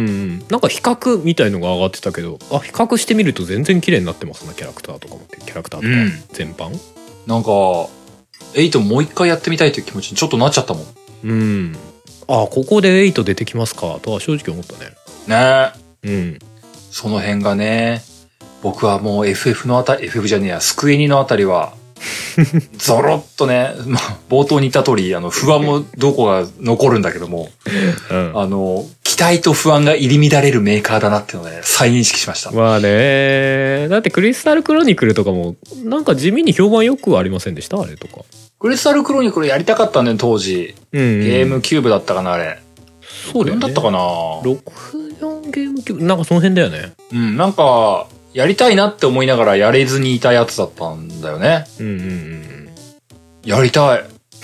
なんか比較みたいのが上がってたけど、あ、比較してみると全然綺麗になってますね、キャラクターとかもってキャラクターとか全般。うん、 なんかエイトもう一回やってみたいという気持ちにちょっとなっちゃったもん。 うん。あ、ここでエイト出てきますかとは正直思ったね。 ねえ。うん。 その辺がね、僕はもう エフエフ のあたり、エフエフ じゃねえや、スクエニのあたりは、ゾロッとね、まあ、冒頭に言った通り、あの、不安もどこが残るんだけども、うん、あの、期待と不安が入り乱れるメーカーだなっていうのをね、再認識しました。 まあね、だってクリスタルクロニクルとかも、なんか地味に評判よくありませんでしたあれとか。 クリスタルクロニクルやりたかったんだよ、当時。うんうん、ゲームキューブだったかな、あれ。 そうだよね。 ろくよんだったかな。 ろくよんゲームキューブ、なんかその辺だよね。 うん、なんか、やりたいなって思いながらやれずにいたやつだったんだよね。うんうんうん。やりたい。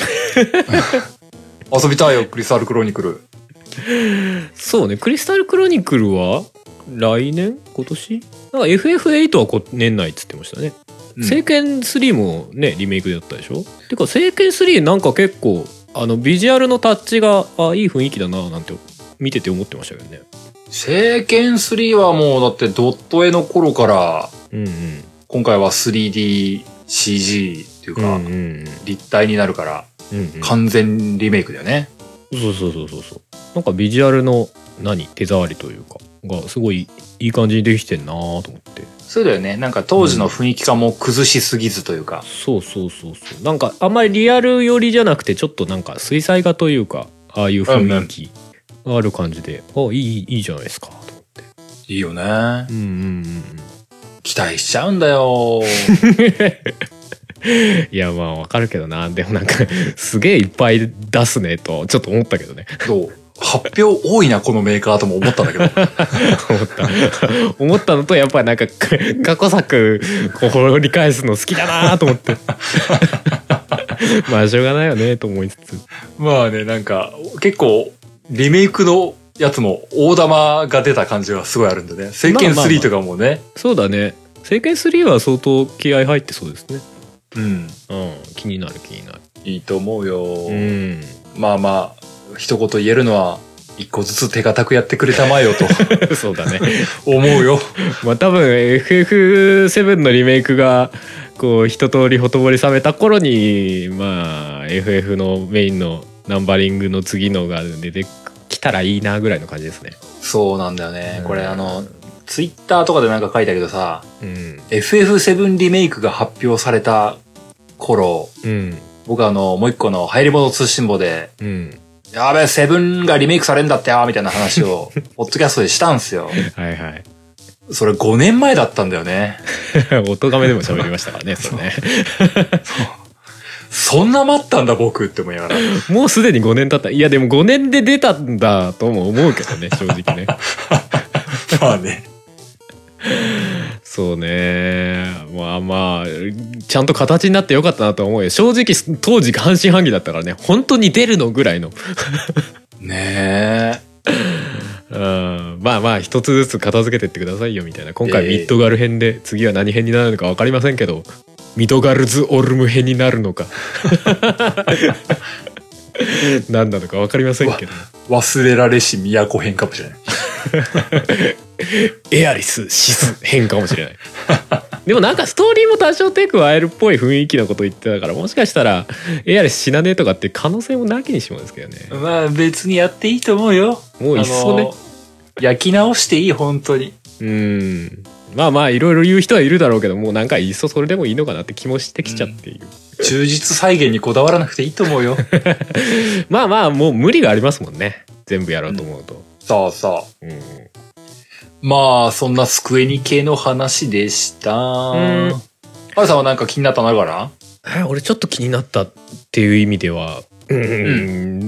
遊びたいよ、クリスタルクロニクル。 そうね、クリスタルクロニクルは来年今年なんか エフエフエイト は年内っつってましたね。うん、聖剣スリーもね、リメイクだったでしょ。てか、聖剣スリーなんか結構、あの、ビジュアルのタッチが、あ、いい雰囲気だななんて見てて思ってましたけどね。 聖剣スリーはもうだってドット絵の頃から、 うんうん、 今回は スリーディーシージー っていうか、うんうんうん、立体になるから、うんうん、完全リメイクだよね。 そうそうそうそうそう。なんかビジュアルの何手触りというかがすごいいい感じにできてんなと思って。 そうだよね。なんか当時の雰囲気感も崩しすぎずというか、うん、 そうそうそうそう。なんかあんまりリアル寄りじゃなくてちょっとなんか水彩画というかああいう雰囲気がある感じで、うんうん、あいいいいじゃないですかと思って。 いいよね。 うんうんうん。 期待しちゃうんだよ。 いやまあわかるけどな。でもなんかすげえいっぱい出すねとちょっと思ったけどね。 どう発表多いなこのメーカーとも思ったんだけど思った思ったのと、やっぱりなんか過去作こう掘り返すの好きだなと思ってまあしょうがないよねと思いつつ、 まあね、なんか結構リメイクのやつも大玉が出た感じがすごいあるんでね。聖剣スリーとかもね、まあまあまあ、そうだね。聖剣スリーは相当気合入ってそうですね。 うん、うん、 気になる気になる。 いいと思うよ。 うん、 まあまあ一言言えるのは一個ずつ手堅くやってくれたまえよとそうだね思うよ。 まあ多分 エフエフセブン のリメイクがこう一通りほとぼり冷めた頃に、まあ エフエフ のメインのナンバリングの次のが出てきたらいいなぐらいの感じですね。 そうなんだよね、うん、これあのツイッターとかでなんか書いたけどさ、うん、エフエフセブン リメイクが発表された頃、うん、僕あのもう一個の入り物通信簿で、うん、やべえセブンがリメイクされんだってよみたいな話をポッドキャストでしたんすよ。はいはい。それごねんまえだったんだよね。 おとがめでも喋りましたからね。それね。 そんな待ったんだ僕って思いながら。 もうすでにごねん経った。いやでもごねんで出たんだとも思うけどね、正直ね。 まあね。 そうね。まあまあちゃんと形になってよかったなと思うよ。正直当時半信半疑だったからね。本当に出るのぐらいの。 ねえ。 うん、まあまあ一つずつ片付けてってくださいよみたいな。今回ミッドガル編で、次は何編になるのか分かりませんけど、ミドガルズオルム編になるのか何なのか分かりませんけど、 忘れられし都編かもしれない。 エアリスシス編かもしれない。でもなんかストーリーも多少手加えるっぽい雰囲気のこと言ってたから、もしかしたらエアリス死なねえとかって可能性もなきにしもですけどね。 まあ別にやっていいと思うよ。 もういっそね、 焼き直していい本当に。 うん、まあまあいろいろ言う人はいるだろうけど、もうなんかいっそそれでもいいのかなって気もしてきちゃっていう、 うん、忠実再現にこだわらなくていいと思うよ。 まあまあもう無理がありますもんね、全部やろうと思うと、うん、 そうそう、うん、まあそんなスクエニ系の話でした。はるさんはなんか気になったのあるかな？ え、俺ちょっと気になったっていう意味では、うんうん、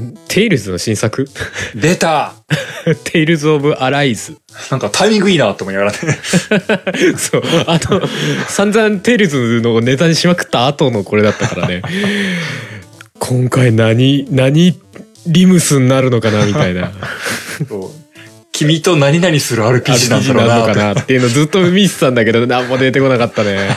テイルズの新作出たテイルズ・オブ・アライズ。 なんかタイミングいいなって思いながらね。 そう、あの散々テイルズのネタにしまくった後のこれだったからね。今回何何リムスになるのかなみたいな。 そう、君と何々する アールピージー なんだろうなアールピージー なのかなっていうのずっと見てたんだけど、何も出てこなかったね。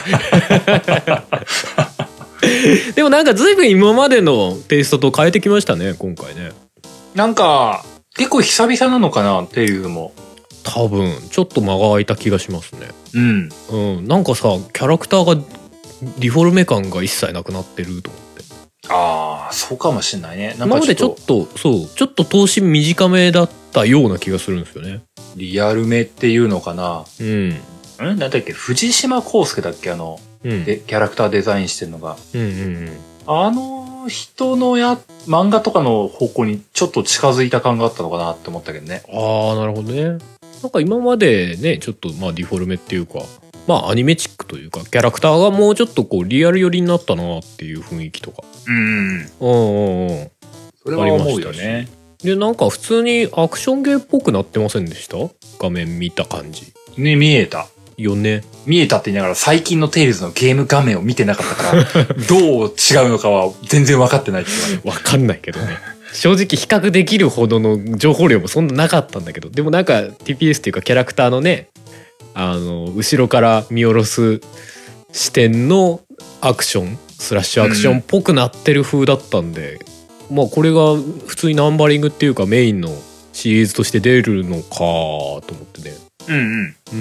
でもなんか随分今までのテイストと変えてきましたね今回ね。 なんか結構久々なのかなっていうのも。 多分ちょっと間が空いた気がしますね。 うん、 うん、なんかさキャラクターがリフォルメ感が一切なくなってると思って。ああ、そうかもしれないね。 今までちょっとそうちょっと頭身短めだったような気がするんですよね。 リアルめっていうのかな。 うん。んなんだっけ、藤島康介だっけ、あの、うん、でキャラクターデザインしてるのが。うんうんうん。あの人のや漫画とかの方向にちょっと近づいた感があったのかなって思ったけどね。 ああ、なるほどね。なんか今までねちょっとまあディフォルメっていうか、まあアニメチックというかキャラクターがもうちょっとこうリアル寄りになったなっていう雰囲気とか。うん。うんうんうん。それは思うよね。でなんか普通にアクションゲーっぽくなってませんでした？画面見た感じ。 ね、見えた。 よね。 見えたって言いながら最近のテイルズのゲーム画面を見てなかったからどう違うのかは全然分かってないっていうわかんないけどね。正直比較できるほどの情報量もそんななかったんだけど、でもなんか ティーピーエス っていうかキャラクターのね、あの後ろから見下ろす視点のアクションスラッシュアクションっぽくなってる風だったんで、うん、まあこれが普通にナンバリングっていうかメインのシリーズとして出るのかと思ってね。 うんうんうんうん、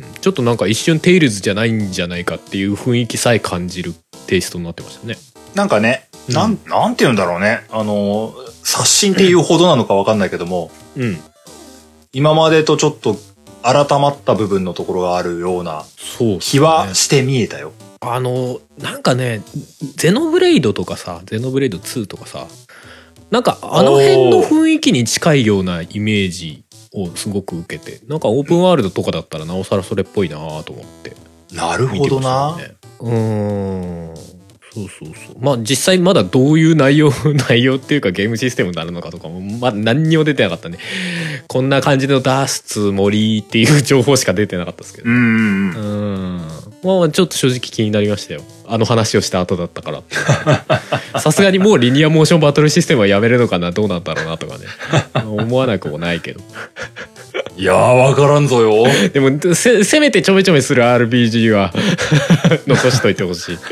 ちょっとなんか一瞬テイルズじゃないんじゃないかっていう雰囲気さえ感じるテイストになってましたね。 なんかね、うん、なんなんて言うんだろうね、あの刷新っていうほどなのか分かんないけども、うん、今までとちょっと改まった部分のところがあるような気はして見えたよ。 あのなんかねゼノブレイドとかさ、ゼノブレイドツーとかさ、なんかあの辺の雰囲気に近いようなイメージをすごく受けて、なんかオープンワールドとかだったらなおさらそれっぽいなと思って。 なるほどな。 うーん、 そうそうそう。まあ実際まだどういう内容内容っていうかゲームシステムになるのかとかもまだ何にも出てなかったんで、こんな感じの出すつもりっていう情報しか出てなかったですけど。 うんうんうん。 うん。まあちょっと正直気になりましたよ。あの話をした後だったから。さすがにもうリニアモーションバトルシステムはやめるのかな、どうなんだろうなとかね。思わなくもないけど。 いやーわからんぞよ。 でもせせめてちょめちょめする アールピージー は残しといてほしい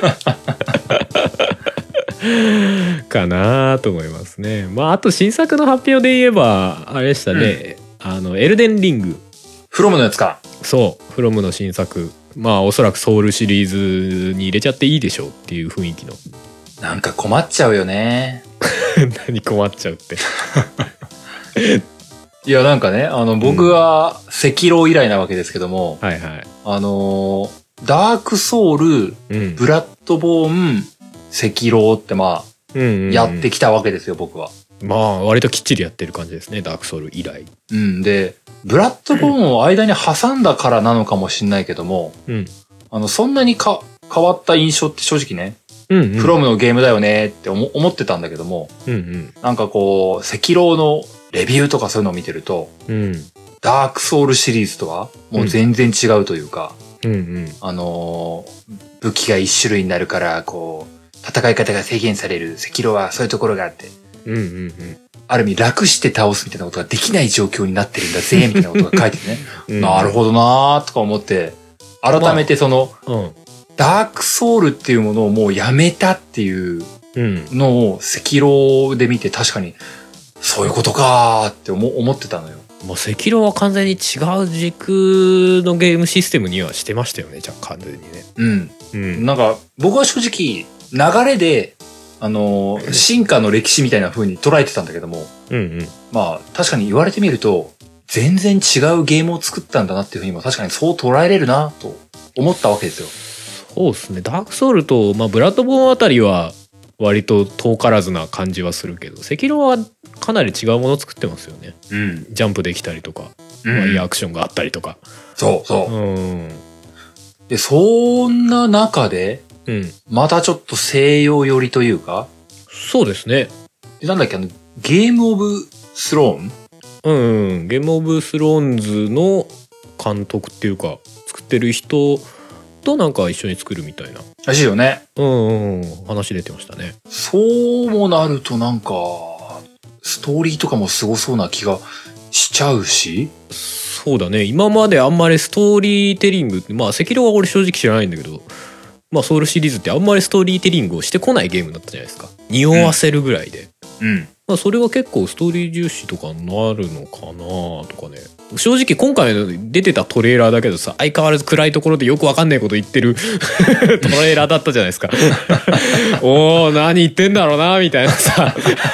かなと思いますね。まああと新作の発表で言えばあれでしたね、うん、あのエルデンリングフロムのやつか。 そうフロムの新作、まあおそらくソウルシリーズに入れちゃっていいでしょうっていう雰囲気の。 なんか困っちゃうよね。 何困っちゃうっていやなんかね、あの僕は赤狼以来なわけですけども、 うん、はいはい、 あのー、ダークソウル、うん、ブラッドボーン、赤狼ってまあ、うんうんうん、やってきたわけですよ僕は。 まあ割ときっちりやってる感じですね、ダークソウル以来。 うんでブラッドボーンを間に挟んだからなのかもしんないけども、うん、あのそんなにか変わった印象って正直ね、うんうん、フロムのゲームだよねって思思ってたんだけども、うんうん、なんかこう赤狼のレビューとかそういうのを見てると、うん、ダークソウルシリーズとはもう全然違うというか、うんうん、あのー、武器が一種類になるからこう戦い方が制限される、赤狼はそういうところがあって、うんうんうん、ある意味楽して倒すみたいなことができない状況になってるんだぜみたいなことが書いてね、うん、なるほどなーとか思って改めてその、まあうん、ダークソウルっていうものをもうやめたっていうのを赤狼で見て確かにそういうことかーって思思ってたのよ。 もう赤狼は完全に違う軸のゲームシステムにはしてましたよね、じゃあ完全にね。 うん。うん、なんか僕は正直流れであのー、進化の歴史みたいな風に捉えてたんだけども、うんうん、まあ確かに言われてみると全然違うゲームを作ったんだなっていう風にも確かにそう捉えれるなと思ったわけですよ。 そうですね。ダークソウルと、まあ、ブラッドボーンあたりは割と遠からずな感じはするけど、赤狼はかなり違うものを作ってますよね。うん、ジャンプできたりとか、うん、ワイヤーアクションがあったりとか。 そうそう。うん、でそんな中で、うん、またちょっと西洋寄りというか。 そうですね。 でなんだっけあのゲームオブスローン。 うん、うん、ゲームオブスローンズの監督っていうか作ってる人となんか一緒に作るみたいならしいよね。 うんうん、話出てましたね。 そうもなるとなんかストーリーとかもすごそうな気がしちゃうし。 そうだね。今まであんまりストーリーテリングって、まあ赤狼は俺正直知らないんだけど、まあソウルシリーズってあんまりストーリーテリングをしてこないゲームだったじゃないですか。匂わせるぐらいで。うん。うん、まあそれは結構ストーリー重視とかになるのかなとかね。正直今回出てたトレーラーだけどさ、相変わらず暗いところでよくわかんないこと言ってるトレーラーだったじゃないですか。おー何言ってんだろうなみたいなさ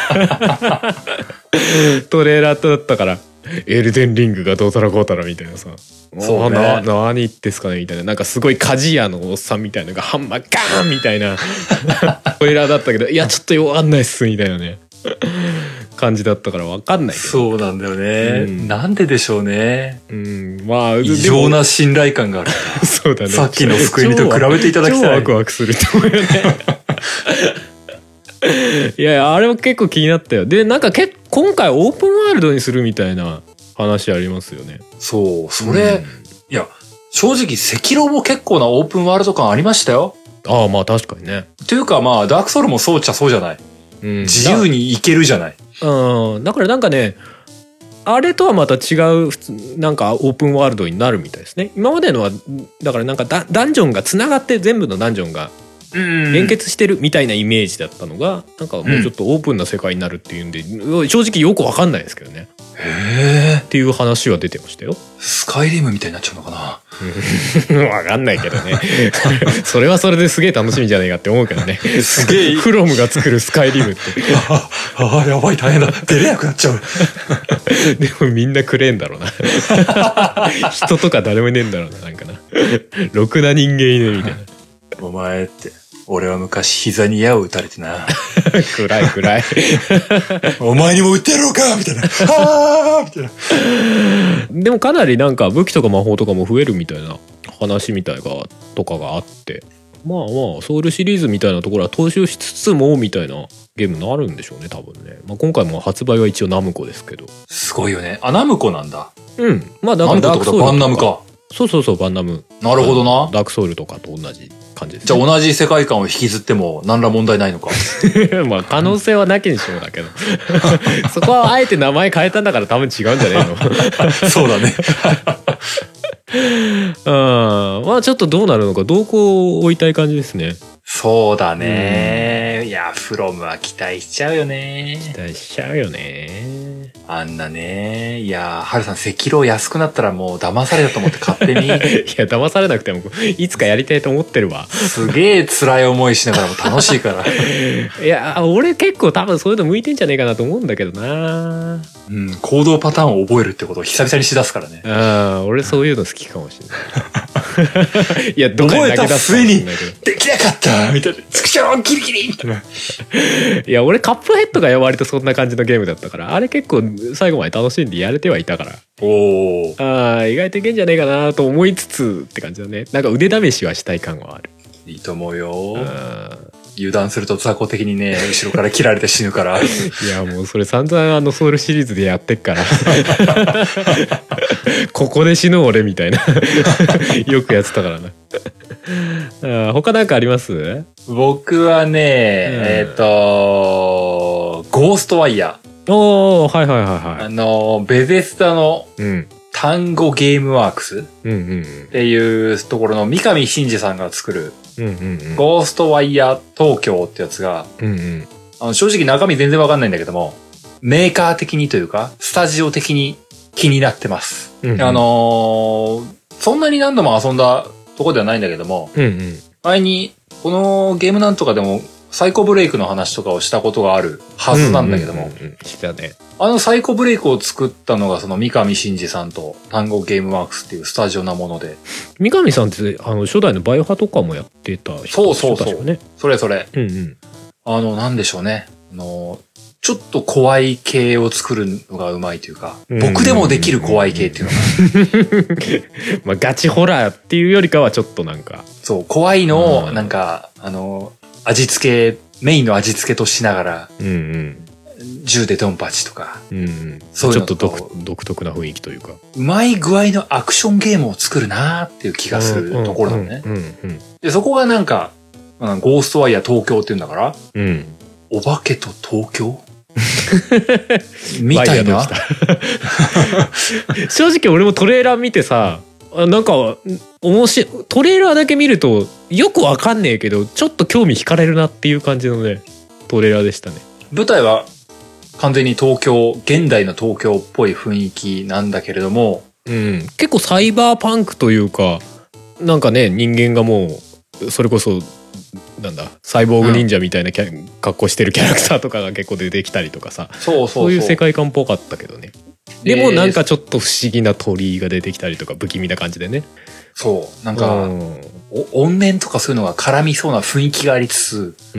トレーラーだったから、エルデンリングがどうたらこうたらみたいなさ、そうね、な何言ってんすかねみたいな、なんかすごい鍛冶屋のおっさんみたいなのがハンマーガーンみたいなトレーラーだったけど、いやちょっとよくわかんないっすみたいなね感じだったからわかんないけど。 そうなんだよね、うん、なんででしょうね。うん、まあ異常な信頼感があるそうだね。 さっきの福井と比べていただきたい。 超ワクワクすると思うよねいやいやあれも結構気になったよ。でなんかけ今回オープンワールドにするみたいな話ありますよね。 そうそれ、うん、いや正直赤狼も結構なオープンワールド感ありましたよ。 ああまあ確かにね。 というかまあダークソウルもそうっちゃそうじゃない、うん、自由に行けるじゃない。 うん、だからなんかねあれとはまた違う普通なんかオープンワールドになるみたいですね。今までのはだからなんか ダ, ダンジョンがつながって全部のダンジョンが連結してるみたいなイメージだったのが、なんかもうちょっとオープンな世界になるっていうんで、うん、正直よくわかんないですけどね。へーっていう話は出てましたよ。 スカイリムみたいになっちゃうのかなわかんないけどねそれはそれですげえ楽しみじゃねえかって思うけどねすげえフロムが作るスカイリムってああやばい大変だ出れなくなっちゃうでもみんなくれんだろうな人とか誰もいねえんだろうな、なんかなろくな人間いねえみたいなお前って俺は昔膝に矢を打たれてな暗い暗いお前にも撃ってやろうかみたいなあーみたいなでもかなりなんか武器とか魔法とかも増えるみたいな話みたいがとかがあって、 まあまあソウルシリーズみたいなところは踏襲しつつもみたいなゲームになるんでしょうね多分ね、まあ、今回も発売は一応ナムコですけど。 すごいよね。あ、ナムコなんだ。 うん。まあだからダークソウルとかバンナムか。 そうそうそうバンナム。 なるほどな。 ダークソウルとかと同じ感じです、ね、 じゃあ同じ世界観を引きずっても何ら問題ないのか。 まあ可能性はなきにしもだけどそこはあえて名前変えたんだから多分違うんじゃねえのそうだねうん、まあちょっとどうなるのか動向を追いたい感じですね。 そうだね、うん、いやフロムは期待しちゃうよね。 期待しちゃうよね。 あんなね。いやハルさん赤狼安くなったらもう騙されたと思って買ってみいや騙されなくてもいつかやりたいと思ってるわ。 すげえ辛い思いしながらも楽しいからいや俺結構多分そういうの向いてんじゃねえかなと思うんだけどな。 うん、行動パターンを覚えるってことを久々にしだすからね。 ああ俺そういうの好きかもしれないいやどこ覚えた末にできなかったみたいなスクションキリキリみたいな。 いや俺カップヘッドが割とそんな感じのゲームだったからあれ結構最後まで楽しんでやれてはいたから。 おお。 ああ意外といけんじゃねえかなと思いつつって感じだね。なんか腕試しはしたい感はある。 いいと思うよ。油断すると雑魚的にね後ろから切られて死ぬからいやもうそれ散々あのソウルシリーズでやってっからここで死ぬ俺みたいなよくやってたからなあ。他なんかあります？ 僕はね、うん、えっ、ー、とゴーストワイヤー。 おーはいはいはいはい。 あのベゼスタの、 うん単語ゲームワークスっていうところの三上真司さんが作るゴーストワイヤー東京ってやつが、 うんうん、 あの正直中身全然わかんないんだけどもメーカー的にというかスタジオ的に気になってます、うんうん、あのー、そんなに何度も遊んだとこではないんだけども、 うんうん、 前にこのゲームなんとかでもサイコブレイクの話とかをしたことがあるはずなんだけども、 したね。 あのサイコブレイクを作ったのがその三上真司さんと単語ゲームワークスっていうスタジオなもので。 三上さんってあの初代のバイオハとかもやってた人、 そうそうそう。 ね、 それそれ。 うんうん。あの、なんでしょうね。あの、ちょっと怖い系を作るのがうまいというか、僕でもできる怖い系っていうのが。 まあガチホラーっていうよりかはちょっとなんか。 そう、怖いのをなんか、あの、味付け、メインの味付けとしながら、 うんうん。 銃でドンパチとか、 うんうん、そういうのちょっと 独, 独特な雰囲気というかうまい具合のアクションゲームを作るなーっていう気がするところなのね。でそこがなんかゴーストワイヤー東京っていうんだから、 うん、 お化けと東京みたいな正直俺もトレーラー見てさなんか面白いトレーラーだけ見るとよくわかんねえけどちょっと興味惹かれるなっていう感じのねトレーラーでしたね。 舞台は完全に東京、現代の東京っぽい雰囲気なんだけれども、 うん、結構サイバーパンクというか、なんかね人間がもうそれこそなんだサイボーグ忍者みたいなキャ、うん、格好してるキャラクターとかが結構出てきたりとかさ、 そうそうそう、 そういう世界観っぽかったけどね。でもなんかちょっと不思議な鳥居が出てきたりとか不気味な感じでね。 そうなんか、うん、お怨念とかそういうのが絡みそうな雰囲気がありつつ、 うん、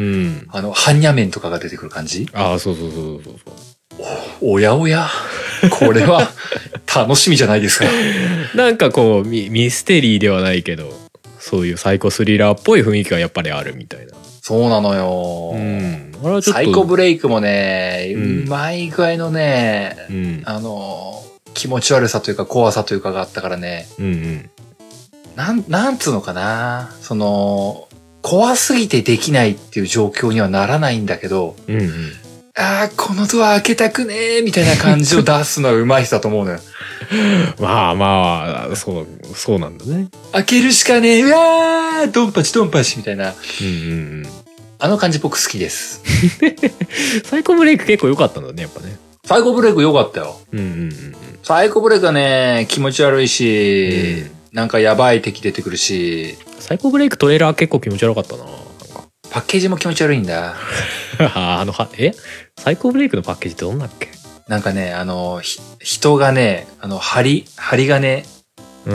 あの般若面とかが出てくる感じ。 ああそうそうそうそうそう。 お, おやおやこれは楽しみじゃないですか。 なんかこう ミ, ミステリーではないけどそういうサイコスリラーっぽい雰囲気がやっぱりあるみたいな。 そうなのよ、 うん、あれはちょっとサイコブレイクもね、うん、うまい具合のね、 うん、 あの気持ち悪さというか怖さというかがあったからね、 うんうん、 なんなんつうのかな、その怖すぎてできないっていう状況にはならないんだけど、 うんうん、 ああこのドア開けたくねーみたいな感じを出すのはうまい人だと思うのよ。 まあまあそうそうなんだね。 開けるしかねえ、うわードンパチドンパチみたいな、 うんうんうん、 あの感じ僕好きです。 サイコブレイク結構良かったんだねやっぱね。 サイコブレイク良かったよ。 うんうんうん、 サイコブレイクはね気持ち悪いし、うん、なんかやばい敵出てくるし。 サイコブレイクトレーラー結構気持ち悪かったな。なんかパッケージも気持ち悪いんだ。 あのはえサイコブレイクのパッケージってどんだっけ。 なんかねあの人がねあの針針金、 うん、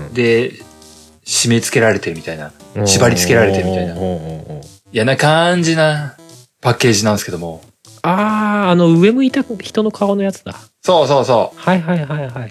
で締め付けられてるみたいな、縛り付けられてるみたいな嫌な感じなパッケージなんですけども。 あーあの上向いた人の顔のやつだ。 そうそうそう。 はいはいはいはい。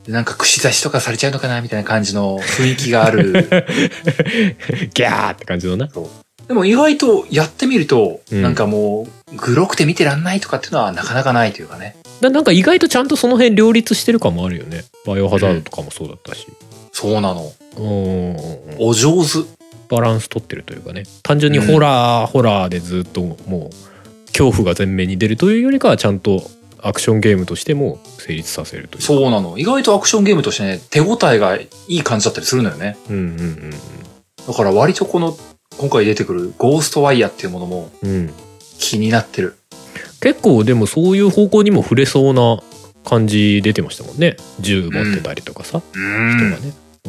なんか串刺しとかされちゃうのかなみたいな感じの雰囲気がある。 ギャーって感じのな。 そう。でも意外とやってみると、 うん、 なんかもう、グロくて見てらんないとかっていうのはなかなかないというかね。 だなんか意外とちゃんとその辺両立してる感もあるよね。バイオハザードとかもそうだったし。うん、 そうなの。 おお上手。 バランス取ってるというかね。単純にホラー、うん、ホラーでずっともう恐怖が前面に出るというよりかはちゃんとアクションゲームとしても成立させるという。 そうなの。意外とアクションゲームとしてね、手応えがいい感じだったりするのよね。 うんうんうん。 だから割とこの今回出てくるゴーストワイヤーっていうものも気になってる、うん、 結構でもそういう方向にも触れそうな感じ出てましたもんね。銃持ってたりとかさ、うん、人がね、うん、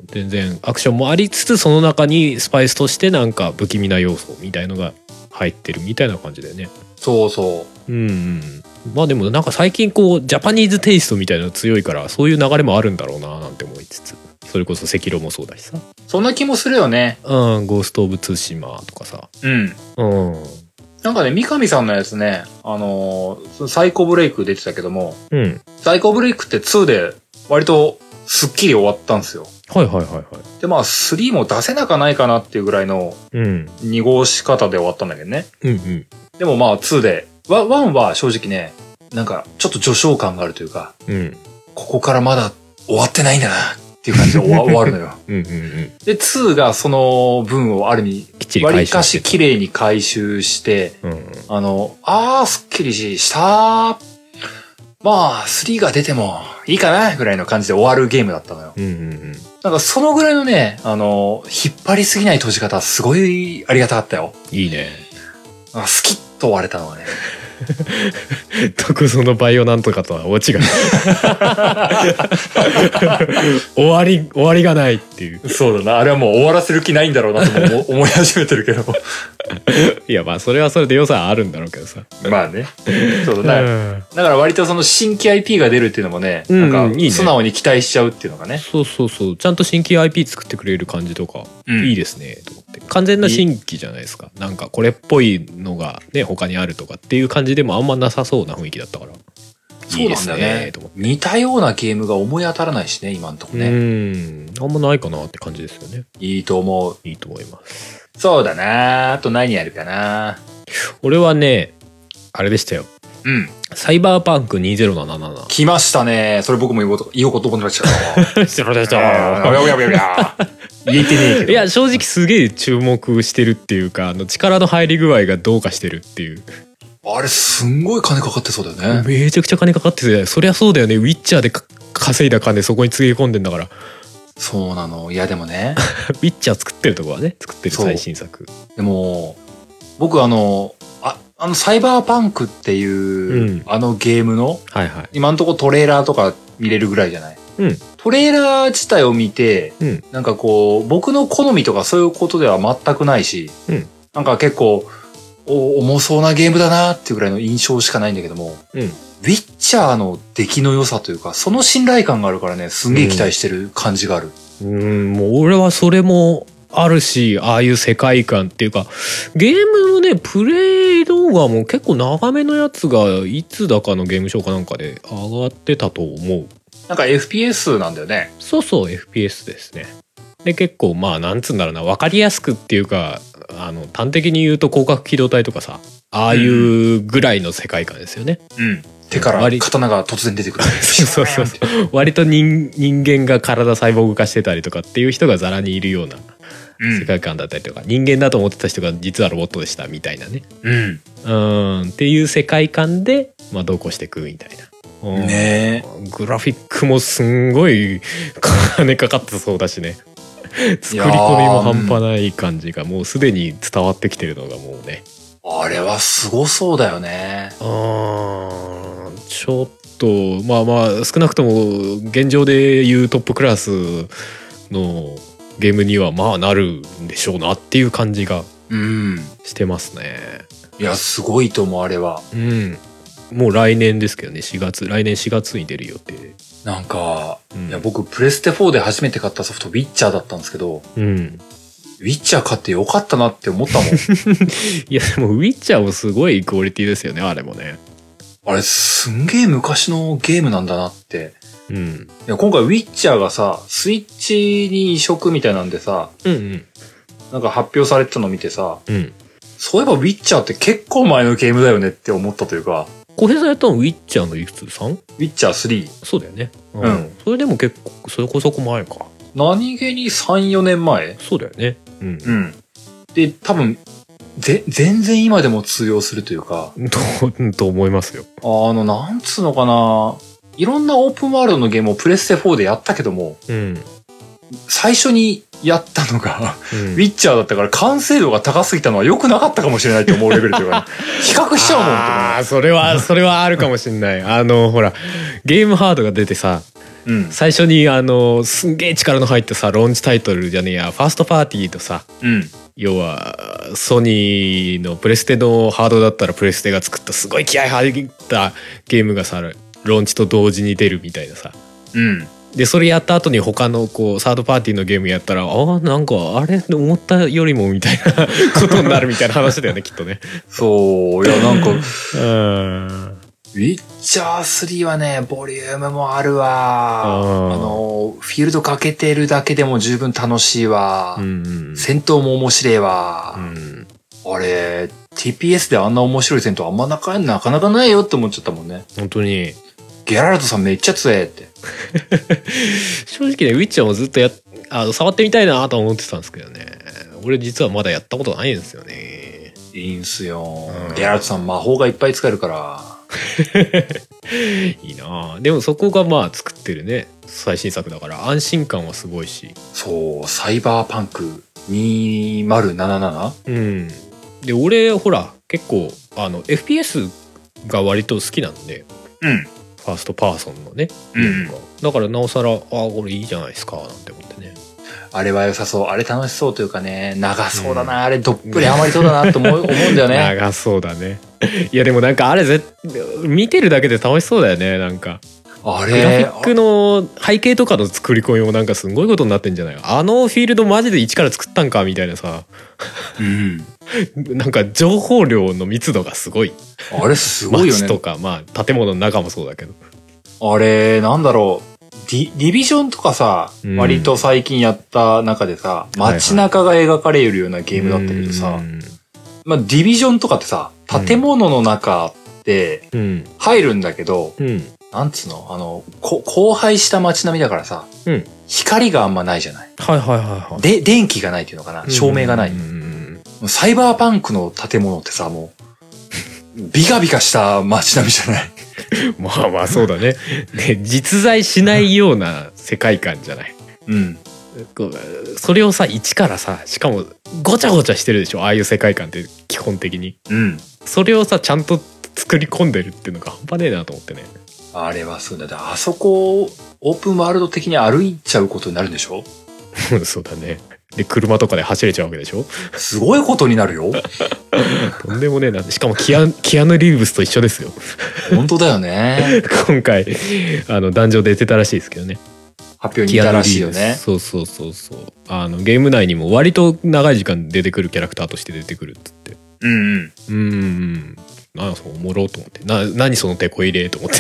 全然アクションもありつつその中にスパイスとしてなんか不気味な要素みたいのが入ってるみたいな感じだよね。 そうそう、 うんうん、まあでもなんか最近こうジャパニーズテイストみたいなの強いからそういう流れもあるんだろうななんて思いつつ、それこそ赤狼もそうだしさ。 そんな気もするよね。 うん、ゴーストオブツーシマとかさ。 うん。うん。なんかね、三上さんのやつね、あのー、サイコブレイク出てたけども、うん。サイコブレイクってツーで割とスッキリ終わったんですよ。 はいはいはいはい。 で、まあスリーも出せなかないかなっていうぐらいのに号し方で終わったんだけどね。うんうん。でもまあツーで、ワンは正直ね、なんかちょっと序章感があるというか、うん。ここからまだ終わってないんだな。っていう感じで終 わ, 終わるのよ。うんうんうん、で、ツーがその分をある意味、割かし綺麗に回収して、うんうん、あの、あー、すっきりしたー。まあ、スリーが出てもいいかなぐらいの感じで終わるゲームだったのよ。うんうんうん、なんかそのぐらいのね、あの、引っ張りすぎない閉じ方、すごいありがたかったよ。 いいね。 あ、スキッと終われたのはね。 特そのバイオなんとかとは大違い。終わり終わりがないっていう。 そうだな、あれはもう終わらせる気ないんだろうなとも思い始めてるけど。 いやまあそれはそれで良さあるんだろうけどさ。 まあね。そうだな。だから割とその新規 アイピー が出るっていうのもね、うん、なんか素直に期待しちゃうっていうのがね。 そうそうそう。ちゃんと新規 アイピー 作ってくれる感じとか、うん、いいですねと思って。完全な新規じゃないですか。なんかこれっぽいのがね他にあるとかっていう感じでもあんまなさそうな雰囲気だったから。 そうなんだよね。似たようなゲームが思い当たらないしね、今んとこね。 うん。あんまないかなって感じですよね。 いいと思う。 いいと思います。 そうだな。あと何やるかな。 俺はね、あれでしたよ。 うん。 サイバーパンクにせんななじゅうなな。 来ましたね。それ僕も言おうと、言おうと思ってましたよ。 知らない人。 言えてねえけど。 いや、正直すげえ注目してるっていうか、あの力の入り具合がどうかしてるっていう。 あれすんごい金かかってそうだよね。 めちゃくちゃ金かかってて、そりゃそうだよね。ウィッチャーで稼いだ金そこにつぎ込んでんだから。 そうなの。いやでもね。 ウィッチャー作ってるとこはね、作ってる最新作。 でも僕あのああのサイバーパンクっていう、うん、あのゲームの、はいはい、今のところトレーラーとか見れるぐらいじゃない。うん、トレーラー自体を見て、うん、なんかこう僕の好みとかそういうことでは全くないし、うん、なんか結構お重そうなゲームだなっていうぐらいの印象しかないんだけども、うん、ウィッチャーの出来の良さというかその信頼感があるからね、すんげえ期待してる感じがある。 うん、うんもう俺はそれもあるし、ああいう世界観っていうかゲームのねプレイ動画も結構長めのやつがいつだかのゲームショーかなんかで上がってたと思う。 なんか エフピーエス なんだよね。 そうそう エフピーエス ですね。で結構まあなんつうんだろうな、分かりやすくっていうか、あの端的に言うと広角機動隊とかさ、ああいうぐらいの世界観ですよね。 うん、手から刀が突然出てくる。 そうそうそう。割と 人, 人間が体細胞動かしてたりとかっていう人がザラにいるような世界観だったりとか、うん、人間だと思ってた人が実はロボットでしたみたいなね。うん。うんっていう世界観でまあどうこうしていくみたいな。 ねえ。 グラフィックもすんごい金かかってそうだしね。作り込みも半端ない感じがもうすでに伝わってきてるのがもうね。 あれはすごそうだよね。 あーちょっとまあまあ少なくとも現状でいうトップクラスのゲームにはまあなるんでしょうなっていう感じがしてますね。 いやすごいと思うあれは。 うん。もう来年ですけどね、しがつ来年しがつに出る予定。 なんか、うん、いや僕プレステフォーで初めて買ったソフトウィッチャーだったんですけど、うん、ウィッチャー買ってよかったなって思ったもん。いやでもウィッチャーもすごいクオリティですよね、あれもね。 あれすんげえ昔のゲームなんだなってうん。 いや今回ウィッチャーがさ、スイッチに移植みたいなんでさ、 うんうん。 なんか発表されてたの見てさ、 うん。 そういえばウィッチャーって結構前のゲームだよねって思ったというか。 小平さんやったのウィッチャーのいくつ さん？ ウィッチャースリー。 そうだよね。 うん。うん、 それでも結構そこそこ前か。 何気にさん、よねんまえ？ そうだよね。うん。 うん。で、多分、ぜ、全然今でも通用するというか。 と、と思いますよ。 あの、なんつうのかな。いろんなオープンワールドのゲームをプレステフォーでやったけども、 うん、 最初にやったのが、 うん、 ウィッチャーだったから完成度が高すぎたのは良くなかったかもしれないと思うレベルというか、ね、比較しちゃうもん。 ああ、それは、それはあるかもしれない。あの、ほら、ゲームハードが出てさ、うん、最初にあのすんげえ力の入ったさローンチタイトルじゃねえやファーストパーティーとさ、 うん、 要はソニーのプレステのハードだったらプレステが作ったすごい気合入ったゲームがさローンチと同時に出るみたいなさ、 うん、 でそれやった後に他のこうサードパーティーのゲームやったらあなんかあれ思ったよりもみたいなことになるみたいな話だよねきっとね。 そういやなんかうんウィッチャースリーはね、ボリュームもあるわ。あの、フィールドかけてるだけでも十分楽しいわ。うんうん、戦闘も面白いわ。うん、あれ、ティーピーエス であんな面白い戦闘あんまなかなかなかないよって思っちゃったもんね。 本当に。 ゲラルトさんめっちゃ強えって。 正直ね、ウィッチャーもずっとや、あの、触ってみたいなと思ってたんですけどね。俺実はまだやったことないんですよね。 いいんすよ。うん、ゲラルトさん魔法がいっぱい使えるから。 いいなぁ。でもそこがまあ作ってるね最新作だから安心感はすごいし。 そうサイバーパンクにせんななじゅうなな。 うんで俺ほら結構あの エフピーエス が割と好きなんで、 うん、 ファーストパーソンのね、 うん、 だからなおさらあこれいいじゃないですかなんて思ってね。 あれは良さそう。あれ楽しそうというかね、長そうだな。うん、あれどっぷりハマりそうだなと思う、思うんだよね。 長そうだね。いやでもなんかあれぜ見てるだけで楽しそうだよね。なんかあれグラフィックの背景とかの作り込みもなんかすごいことになってんじゃない？あのフィールドマジで一から作ったんかみたいなさ、 うん、 なんか情報量の密度がすごい。 あれすごいよね。 街とかまあ建物の中もそうだけど、 あれなんだろう。ディ, ディビジョンとかさ、うん、割と最近やった中でさ、街中が描かれるようなゲームだったけどさ、はいはい、まあディビジョンとかってさ、建物の中って入るんだけど、うん、なんつうの、あの、こ荒廃した街並みだからさ、うん、光があんまないじゃない。 はいはいはいはい。 で、電気がないっていうのかな、照明がない。サイバーパンクの建物ってさ、もう、ビカビカした街並みじゃない。 まあまあそうだね。ね、実在しないような世界観じゃない。 うん。 それをさ一からさ、しかもごちゃごちゃしてるでしょ、ああいう世界観って基本的に。 うん。 それをさちゃんと作り込んでるっていうのが半端ねえなと思ってね。 あれはそうだ。あそこをオープンワールド的に歩いちゃうことになるんでしょ。 そうだね。で車とかで走れちゃうわけでしょ。 すごいことになるよ。 とんでもねえな。しかもキアキアヌ・リーブスと一緒ですよ。 本当だよね。 今回あの壇上で出てたらしいですけどね。 発表にいたらしいよね。 そうそうそうそう。あのゲーム内にも割と長い時間出てくるキャラクターとして出てくるっつって。 うんうん。 うんうん。なんかそうおもろうと思って。な何そのテこ入れと思って。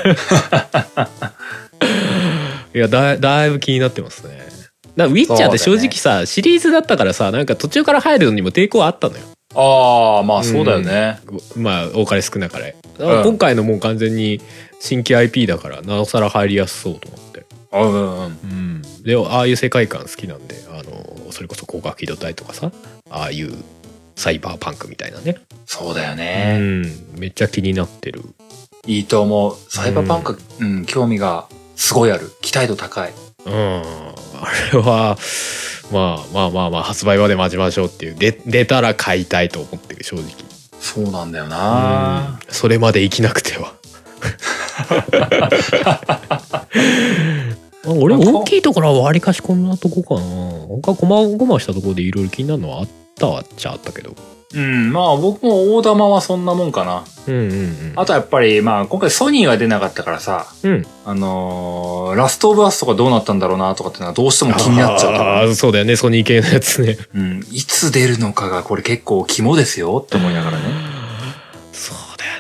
いや だ, だいぶ気になってますね。だウィッチャーって正直さ、ね、シリーズだったからさ、なんか途中から入るのにも抵抗あったのよ。 ああまあそうだよね。 うん、まあ多かれ少なかれ。今回のもう完全に新規 アイピー だからなおさら入りやすそうと思って。 うんうんうん。 うん。でああいう世界観好きなんで、あのそれこそ広角機動隊とかさ、ああいうサイバーパンクみたいなね。 そうだよね。 うん。めっちゃ気になってる。 いいと思う。サイバーパンク、うん、うん、興味がすごいある。期待度高い。 うん。あれはまあまあまあまあ発売まで待ちましょうっていう。で出たら買いたいと思ってる正直。 そうなんだよな。 それまで生きなくては。俺大きいところは割かしこんなとこかな。他こまごましたところでいろいろ気になるのはあったはっちゃあったけど。 うん、まあ僕も大玉はそんなもんかな。 うんうんうん。 あとやっぱりまあ今回ソニーが出なかったからさ、 うん、 あのー、ラストオブアスとかどうなったんだろうなとかっていうのはどうしても気になっちゃうから。 ああ、そうだよね、ソニー系のやつね。 うん、いつ出るのかがこれ結構肝ですよって思いながらね。 そうだよね。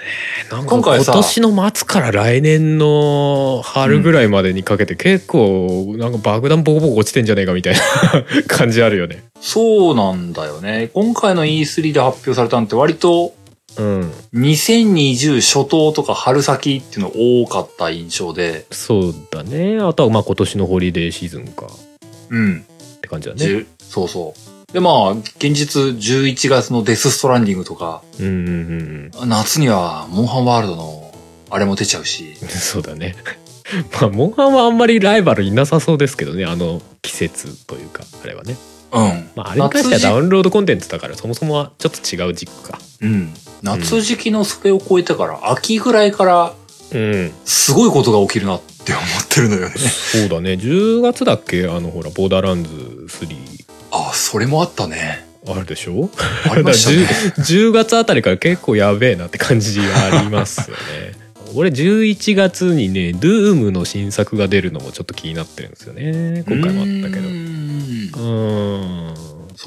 なんか今年の末から来年の春ぐらいまでにかけて結構なんか爆弾ボコボコ落ちてんじゃねえかみたいな感じあるよね。 そうなんだよね。今回の イースリー で発表されたのって割とうん、 にせんにじゅう初頭とか春先っていうの多かった印象で。 そうだね。あとはまあ今年のホリデーシーズンか。 うん。 って感じだね。 そうそう。でまあ現実じゅういちがつのデスストランディングとか、 うんうんうんうん、 夏にはモンハンワールドのあれも出ちゃうし。 そうだね。まあモンハンはあんまりライバルいなさそうですけどね、あの季節というかあれはね。 うん。 まああれに関してはダウンロードコンテンツだからそもそもはちょっと違う軸か。 うん。夏時期のそれを超えてから、うん、秋ぐらいからすごいことが起きるなって思ってるのよね。 そうだね。じゅうがつだっけ、あのほらボーダーランズスリー。 ああ、それもあったね。 あるでしょ。 ありましたね。 じゅうがつあたりから結構やべえなって感じはありますよね。俺じゅういちがつにね、ドゥームの新作が出るのもちょっと気になってるんですよね。今回もあったけど。うーん。 そう、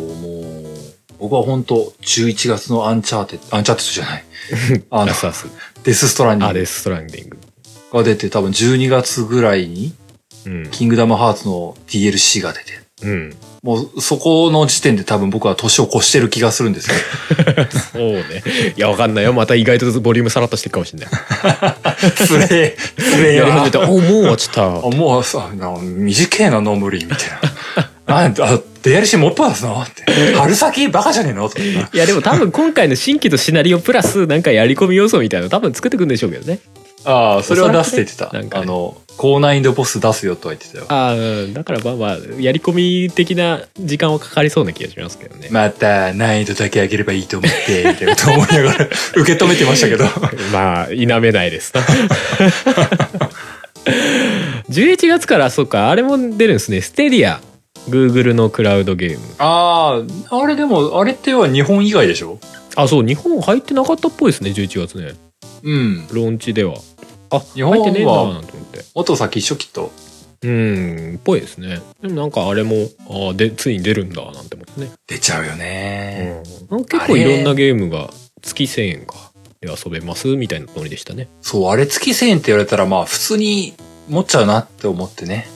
もう僕は本当じゅういちがつのアンチャーテッド、アンチャーテッドじゃない。あの、デスストランディング。 あ、デスストランディング。 が出て多分じゅうにがつぐらいに、うん、キングダムハーツの ディーエルシー が出て。 うん。 もうそこの時点で多分僕は年を越してる気がするんですよ。 そうね。いや、わかんないよ。また意外とボリュームさらっとしてるかもしれない。 つれえ、つれえ。 やり始めて、お、もう落ちた。 あ、もうさ、短えな、ノームリーみたいな。あ、あ、ディーエルシー もっぱですなって。春先バカじゃねえのとか。いや、でも多分今回の新規とシナリオプラスなんかやり込み要素みたいなの多分作ってくんでしょうけどね。 ああ、それは出すって言ってた。なんか、ね、あの、高難易度ボス出すよとは言ってたよ。 ああ、だからまあまあ、やり込み的な時間はかかりそうな気がしますけどね。 また難易度だけ上げればいいと思って、みたいなこと思いながら受け止めてましたけど。 まあ、否めないです。じゅういちがつから、そっか、あれも出るんですね。ステディア。Google のクラウドゲーム。 ああ、あれでも、あれっては日本以外でしょ？ あ、そう、日本入ってなかったっぽいですね、じゅういちがつね。 うん。 ローンチでは。あ、 日本は入ってねえなーなんて思って。 音先一緒きっと。 うん、っぽいですね。でもなんかあれも、あで、ついに出るんだなんて思ってね。 出ちゃうよね、 うん。結構いろんなゲームが月せんえんかで遊べますみたいなノリでしたね。 そう、あれ月せんえんって言われたらまあ普通に持っちゃうなって思ってね。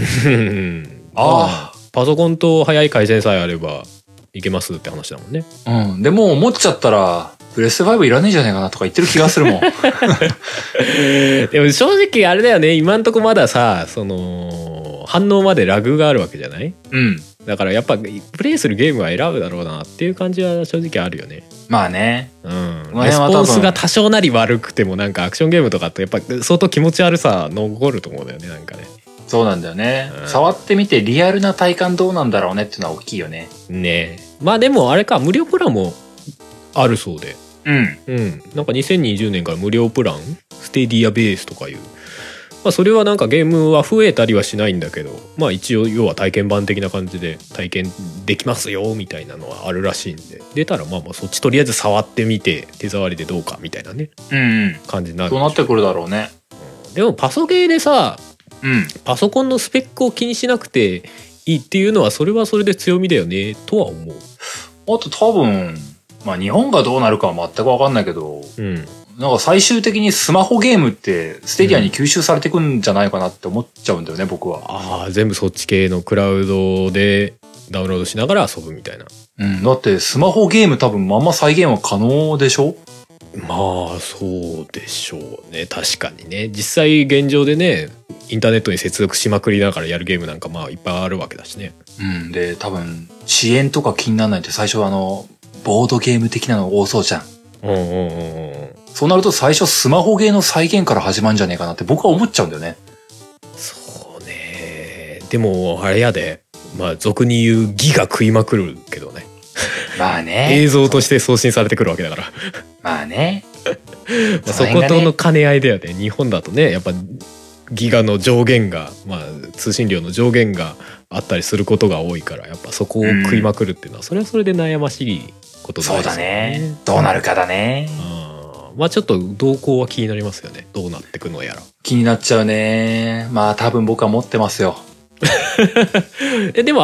ああ。パソコンと速い回線さえあればいけますって話だもんね。 うん。でも持っちゃったら、プレステファイブいらねえんじゃないかなとか言ってる気がするもん。 でも正直あれだよね、今んとこまださ、その反応までラグがあるわけじゃない？ うん。 だからやっぱプレイするゲームは選ぶだろうなっていう感じは正直あるよね。 まあね。 うん。レスポンスが多少なり悪くてもなんかアクションゲームとかってやっぱ相当気持ち悪さ残ると思うんだよね、なんかね。 そうなんだよね、うん、触ってみてリアルな体感どうなんだろうねっていうのは大きいよね。 ねえ。まあでもあれか、無料プランもあるそうで。 うん。 うん。なんかにせんにじゅうねんから無料プラン、ステディアベースとかいう。まあそれはなんかゲームは増えたりはしないんだけど、まあ一応要は体験版的な感じで体験できますよみたいなのはあるらしいんで、出たらまあまあそっちとりあえず触ってみて手触りでどうかみたいなね。 うんうん。 感じになる。 そうなってくるだろうね。 うん、でもパソゲーでさ、 うん、 パソコンのスペックを気にしなくていいっていうのはそれはそれで強みだよねとは思う。 あと多分まあ日本がどうなるかは全く分かんないけど、 うん、 なんか最終的にスマホゲームってステディアに吸収されてくんじゃないかなって思っちゃうんだよね、僕は。 ああ、全部そっち系のクラウドでダウンロードしながら遊ぶみたいな。 うん、だってスマホゲーム多分まんま再現は可能でしょ？ まあそうでしょうね、確かにね。実際現状でねインターネットに接続しまくりながらやるゲームなんかまあいっぱいあるわけだしね。 うん、で多分遅延とか気にならないって最初はあのボードゲーム的なの多そうじゃん。 うんうんうんうん。 そうなると最初スマホゲーの再現から始まるんじゃねえかなって僕は思っちゃうんだよね。 そうね。でもあれやで、まあ俗に言うギガ食いまくるけどね。 まあね。 映像として送信されてくるわけだから。 まあね。 まあそことの兼ね合いだよね。日本だとねやっぱギガの上限が、まあ通信量の上限があったりすることが多いから、やっぱそこを食いまくるっていうのは、うん、それはそれで悩ましいことだね。 そうだね。どうなるかだね。 うん、まあちょっと動向は気になりますよね。どうなってくのやら。 気になっちゃうね。まあ多分僕は持ってますよ。 えでもあれっ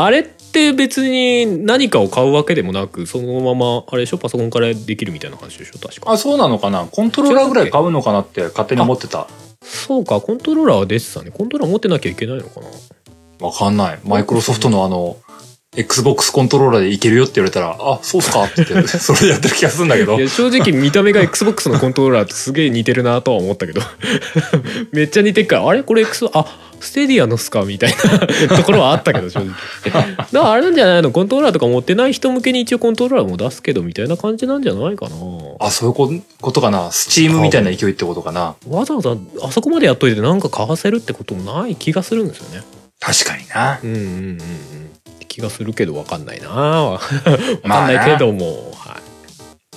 って別に何かを買うわけでもなく、そのままあれでしょ、パソコンからできるみたいな話でしょ確か。 あ、そうなのかな。コントローラーぐらい買うのかなって勝手に思ってた。 そうか、コントローラーは出てたね。コントローラー持ってなきゃいけないのかな。 わかんない。マイクロソフトのあの Xbox コントローラーでいけるよって言われたら、あ、そうっすかって言ってそれでやってる気がするんだけど。 いや正直見た目が Xbox のコントローラーとすげえ似てるなとは思ったけどめっちゃ似てっから、あれこれ X あステディアのっすかみたいなところはあったけど正直だからあれなんじゃないの、コントローラーとか持ってない人向けに一応コントローラーも出すけどみたいな感じなんじゃないかな。 あ、そういうことかな。スチームみたいな勢いってことかな。 わざわざあそこまでやっといてなんか買わせるってこともない気がするんですよね。 確かにな。 うんうんうんうん気がするけどわかんないなわかんないけども、 まあ、はい、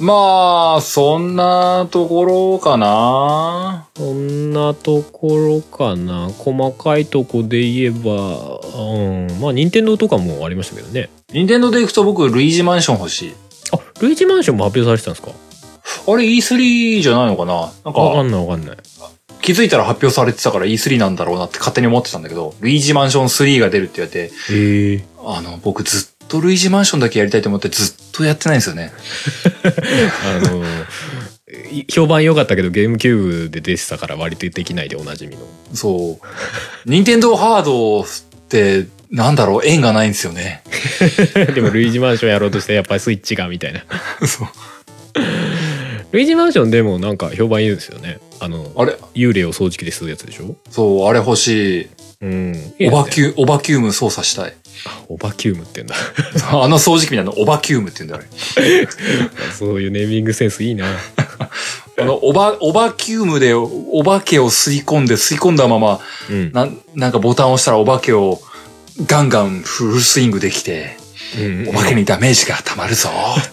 まあそんなところかな。 そんなところかな。細かいとこで言えば、うん、まあ任天堂とかもありましたけどね。 任天堂でいくと僕ルイージマンション欲しい。 あ、ルイージマンションも発表されてたんですか。 あれ イースリー じゃないのかな。なんかわかんないわかんない。 気づいたら発表されてたから イースリー なんだろうなって勝手に思ってたんだけど、ルイージマンションスリーが出るって言われて、 えー、 あの僕ずっとルイージマンションだけやりたいと思ってずっとやってないんですよね。 あの評判良かったけどゲームキューブで出てたから割とできないでおなじみの。 そう。任天堂ハードってなんだろう、縁がないんですよね。 でもルイージマンションやろうとしてやっぱりスイッチがみたいな。 そう。 ルイージマンションでもなんか評判いいですよね。あのあれ幽霊を掃除機で吸うやつでしょ。 そう、あれ欲しい。 うん。 オバキュ、オバキューム操作したい。 あ、オバキュームって言うんだ。 あの掃除機みたいなオバキュームって言うんだあれ。 そういうネーミングセンスいいな。 あの、オバ、オバキュームでお化けを吸い込んで吸い込んだまま、うん、な、なんかボタンを押したらお化けをガンガンフルスイングできて、うんうんうん、お化けにダメージが溜まるぞ。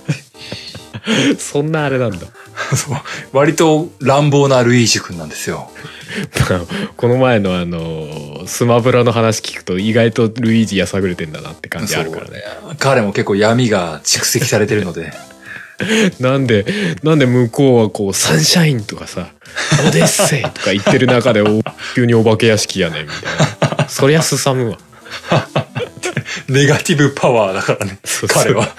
そんなあれなんだ。 そう割と乱暴なルイージ君なんですよ。 この前のあのスマブラの話聞くと意外とルイージやさぐれてんだなって感じあるからね。 彼も結構闇が蓄積されてるので。 なんでなんで向こうはこうサンシャインとかさオデッセイとか言ってる中で急にお化け屋敷やねんみたいな。そりゃすさむわ。 ネガティブパワーだからね。そうそう彼は。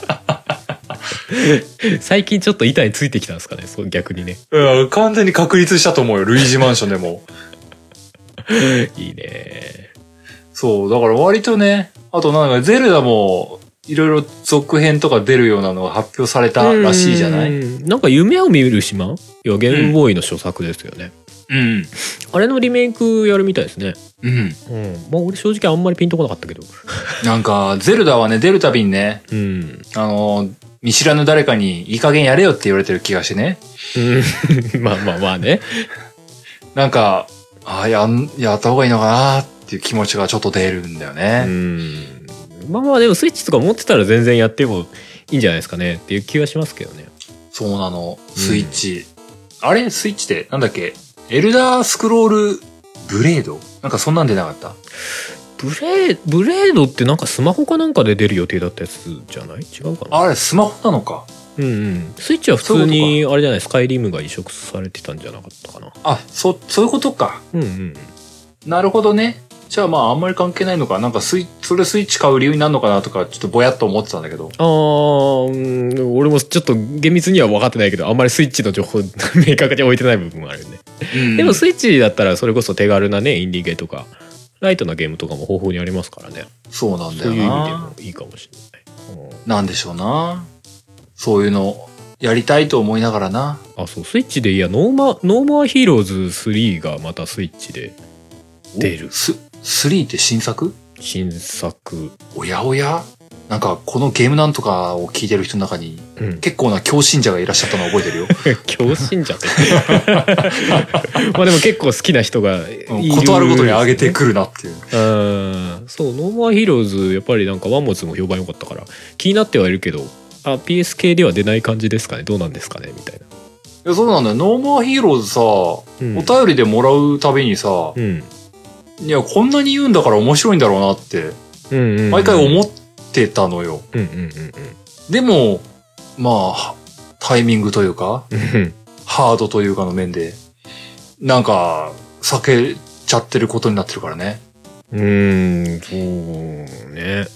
最近ちょっと板についてきたんですかね、そう逆にね。 うん、完全に確立したと思うよ、ルイージマンションでも。 いいね。 そう、だから割とね、あとなんかゼルダもいろいろ続編とか出るようなのが発表されたらしいじゃない？ んなんか夢を見る島？いや、ゲームボーイの初作ですよね。 うん。 あれのリメイクやるみたいですね。 うん。うん。 まあ俺正直あんまりピンとこなかったけど。なんか、ゼルダはね、出るたびにね、うん。あの、見知らぬ誰かにいい加減やれよって言われてる気がしてね。 うん。まあまあまあね。 なんか、ああ、やん、やった方がいいのかなっていう気持ちがちょっと出るんだよね。 うん。まあまあでもスイッチとか持ってたら全然やってもいいんじゃないですかねっていう気はしますけどね。そうなの。スイッチ。うん、あれスイッチってなんだっけエルダースクロールブレードなんかそんなん出なかったブレー、ブレードってなんかスマホかなんかで出る予定だったやつじゃない？違うかな。 あれスマホなのか。 うんうん。スイッチは普通にあれじゃない、スカイリムが移植されてたんじゃなかったかな。 あ、そ、そういうことか。 うんうん。なるほどね。じゃあまああんまり関係ないのか。なんかスイそれスイッチ買う理由になるのかなとかちょっとぼやっと思ってたんだけど。 あー、うん、俺もちょっと厳密には分かってないけどあんまりスイッチの情報明確に置いてない部分があるよね。うん、でもスイッチだったらそれこそ手軽なねインディーゲーとかライトなゲームとかも豊富にありますからね。 そうなんだよな。 そういう意味でもいいかもしれない。 うん、なんでしょうな。そういうのやりたいと思いながらな。 あ、そうスイッチでいやノーマノーマーヒーローズスリーがまたスイッチで出る。 ススリーって新作？ 新作。 おやおや？なんかこのゲームなんとかを聞いてる人の中に、うん、結構な強信者がいらっしゃったのを覚えてるよ。 強信者ってまあでも結構好きな人がいる、 ことあるごとに上げてくるなっていう。 うん、そうノーマーヒーローズやっぱりなんかワンモツも評判良かったから気になってはいるけど、あ ピーエス 系では出ない感じですかね、どうなんですかねみたいな。いやそうなんだよ。ノーマーヒーローズさ、うん、お便りでもらうたびにさ、うん、いやこんなに言うんだから面白いんだろうなって毎回思ってたのよ。うんうんうんうん、でもまあタイミングというかハードというかの面でなんか避けちゃってることになってるからね。 うーんそうね。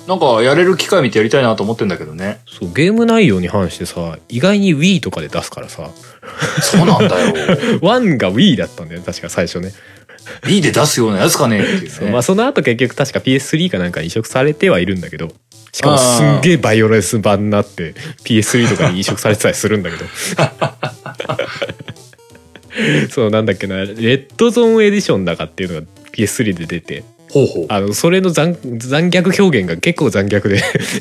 なんかやれる機会見てやりたいなと思ってんだけどね。 そう、ゲーム内容に関してさ、意外に Wii とかで出すからさ。 そうなんだよ。 ワンが Wii だったんだよ、確か最初ね。 Wii で出すようなやつかねっていうね。 そう、まあその後結局確か ピーエススリー かなんかに移植されてはいるんだけど、しかもすんげえバイオレンス版になって ピーエススリー とかに移植されてたりするんだけど。そう、なんだっけな、レッドゾーンエディションだかっていうのが ピーエススリー で出て、 ほうほう、 あのそれの 残, 残虐表現が結構残虐で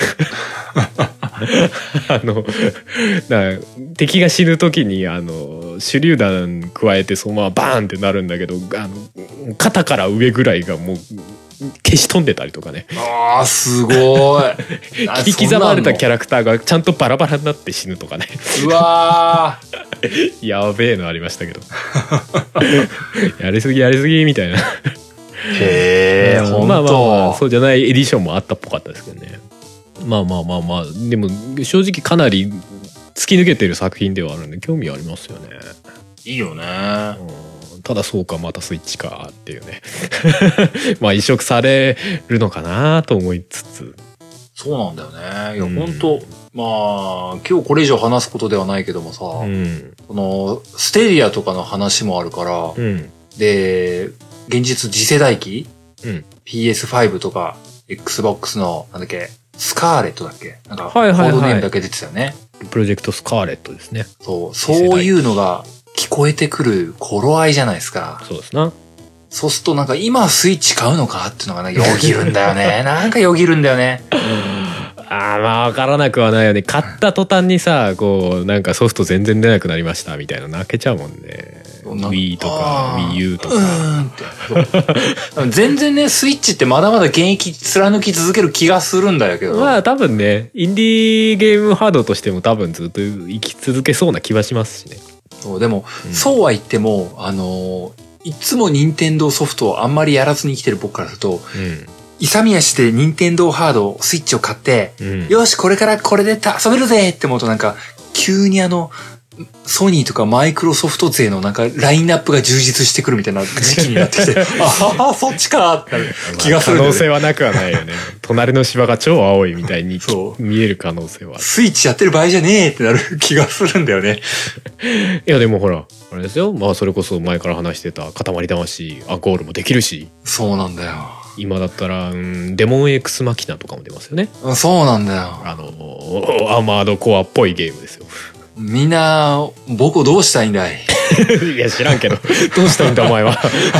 あのな敵が死ぬ時にあの手榴弾加えてそのままバーンってなるんだけど、あの肩から上ぐらいがもう消し飛んでたりとかね。 あーすごい。 切り刻まれたキャラクターがちゃんとバラバラになって死ぬとかね。 うわーやべえのありましたけどやりすぎやりすぎみたいな。 へえ、ほんと。 まあまあまあそうじゃないエディションもあったっぽかったですけどね。まあまあまあまあ、でも正直かなり突き抜けてる作品ではあるんで興味はありますよね。 いいよね。 うん、ただそうか、またスイッチかっていうね。まあ移植されるのかなと思いつつ。 そうなんだよね。いや、 うん、 ほんと、まあ今日これ以上話すことではないけどもさ、うん、そのステディアとかの話もあるから、うん、で現実次世代機、うん、ピーエスファイブ とか Xbox のなんだっけスカーレットだっけ、なんかコードネームだけ出てたよね。 プロジェクトスカーレットですね。 そう、そういうのが聞こえてくる頃合いじゃないですか。 そうですな。 そうするとなんか今スイッチ買うのかっていうのがね、よぎるんだよね。なんかよぎるんだよね。 ああ、まあ分からなくはないよね。買った途端にさ、こうなんかソフト全然出なくなりましたみたいな泣けちゃうもんね。Wii とか Wii U とか。うーんって全然ね、スイッチってまだまだ現役貫き続ける気がするんだけど。 まあ多分ね、インディーゲームハードとしても多分ずっと生き続けそうな気はしますしね。 そう、でも、うん、そうは言っても、あのー、いつも任天堂ソフトをあんまりやらずに生きてる僕からすると、うん、勇み足で任天堂ハードスイッチを買って、うん、よしこれからこれで遊べるぜって思うとなんか急にあのソニーとかマイクロソフト勢のなんかラインナップが充実してくるみたいな時期になってきてああそっちかってなる気がする、ね、 可能性はなくはないよね。隣の芝が超青いみたいに見える可能性は。 スイッチやってる場合じゃねえってなる気がするんだよね。 いやでもほらあれですよ、まあそれこそ前から話してた塊魂アコールもできるし。 そうなんだよ。 今だったら、うん、デモン X マキナとかも出ますよね。 そうなんだよ。 あのアーマードコアっぽいゲームですよ。 みんな僕をどうしたいんだい。 いや知らんけどどうしたいんだお前は。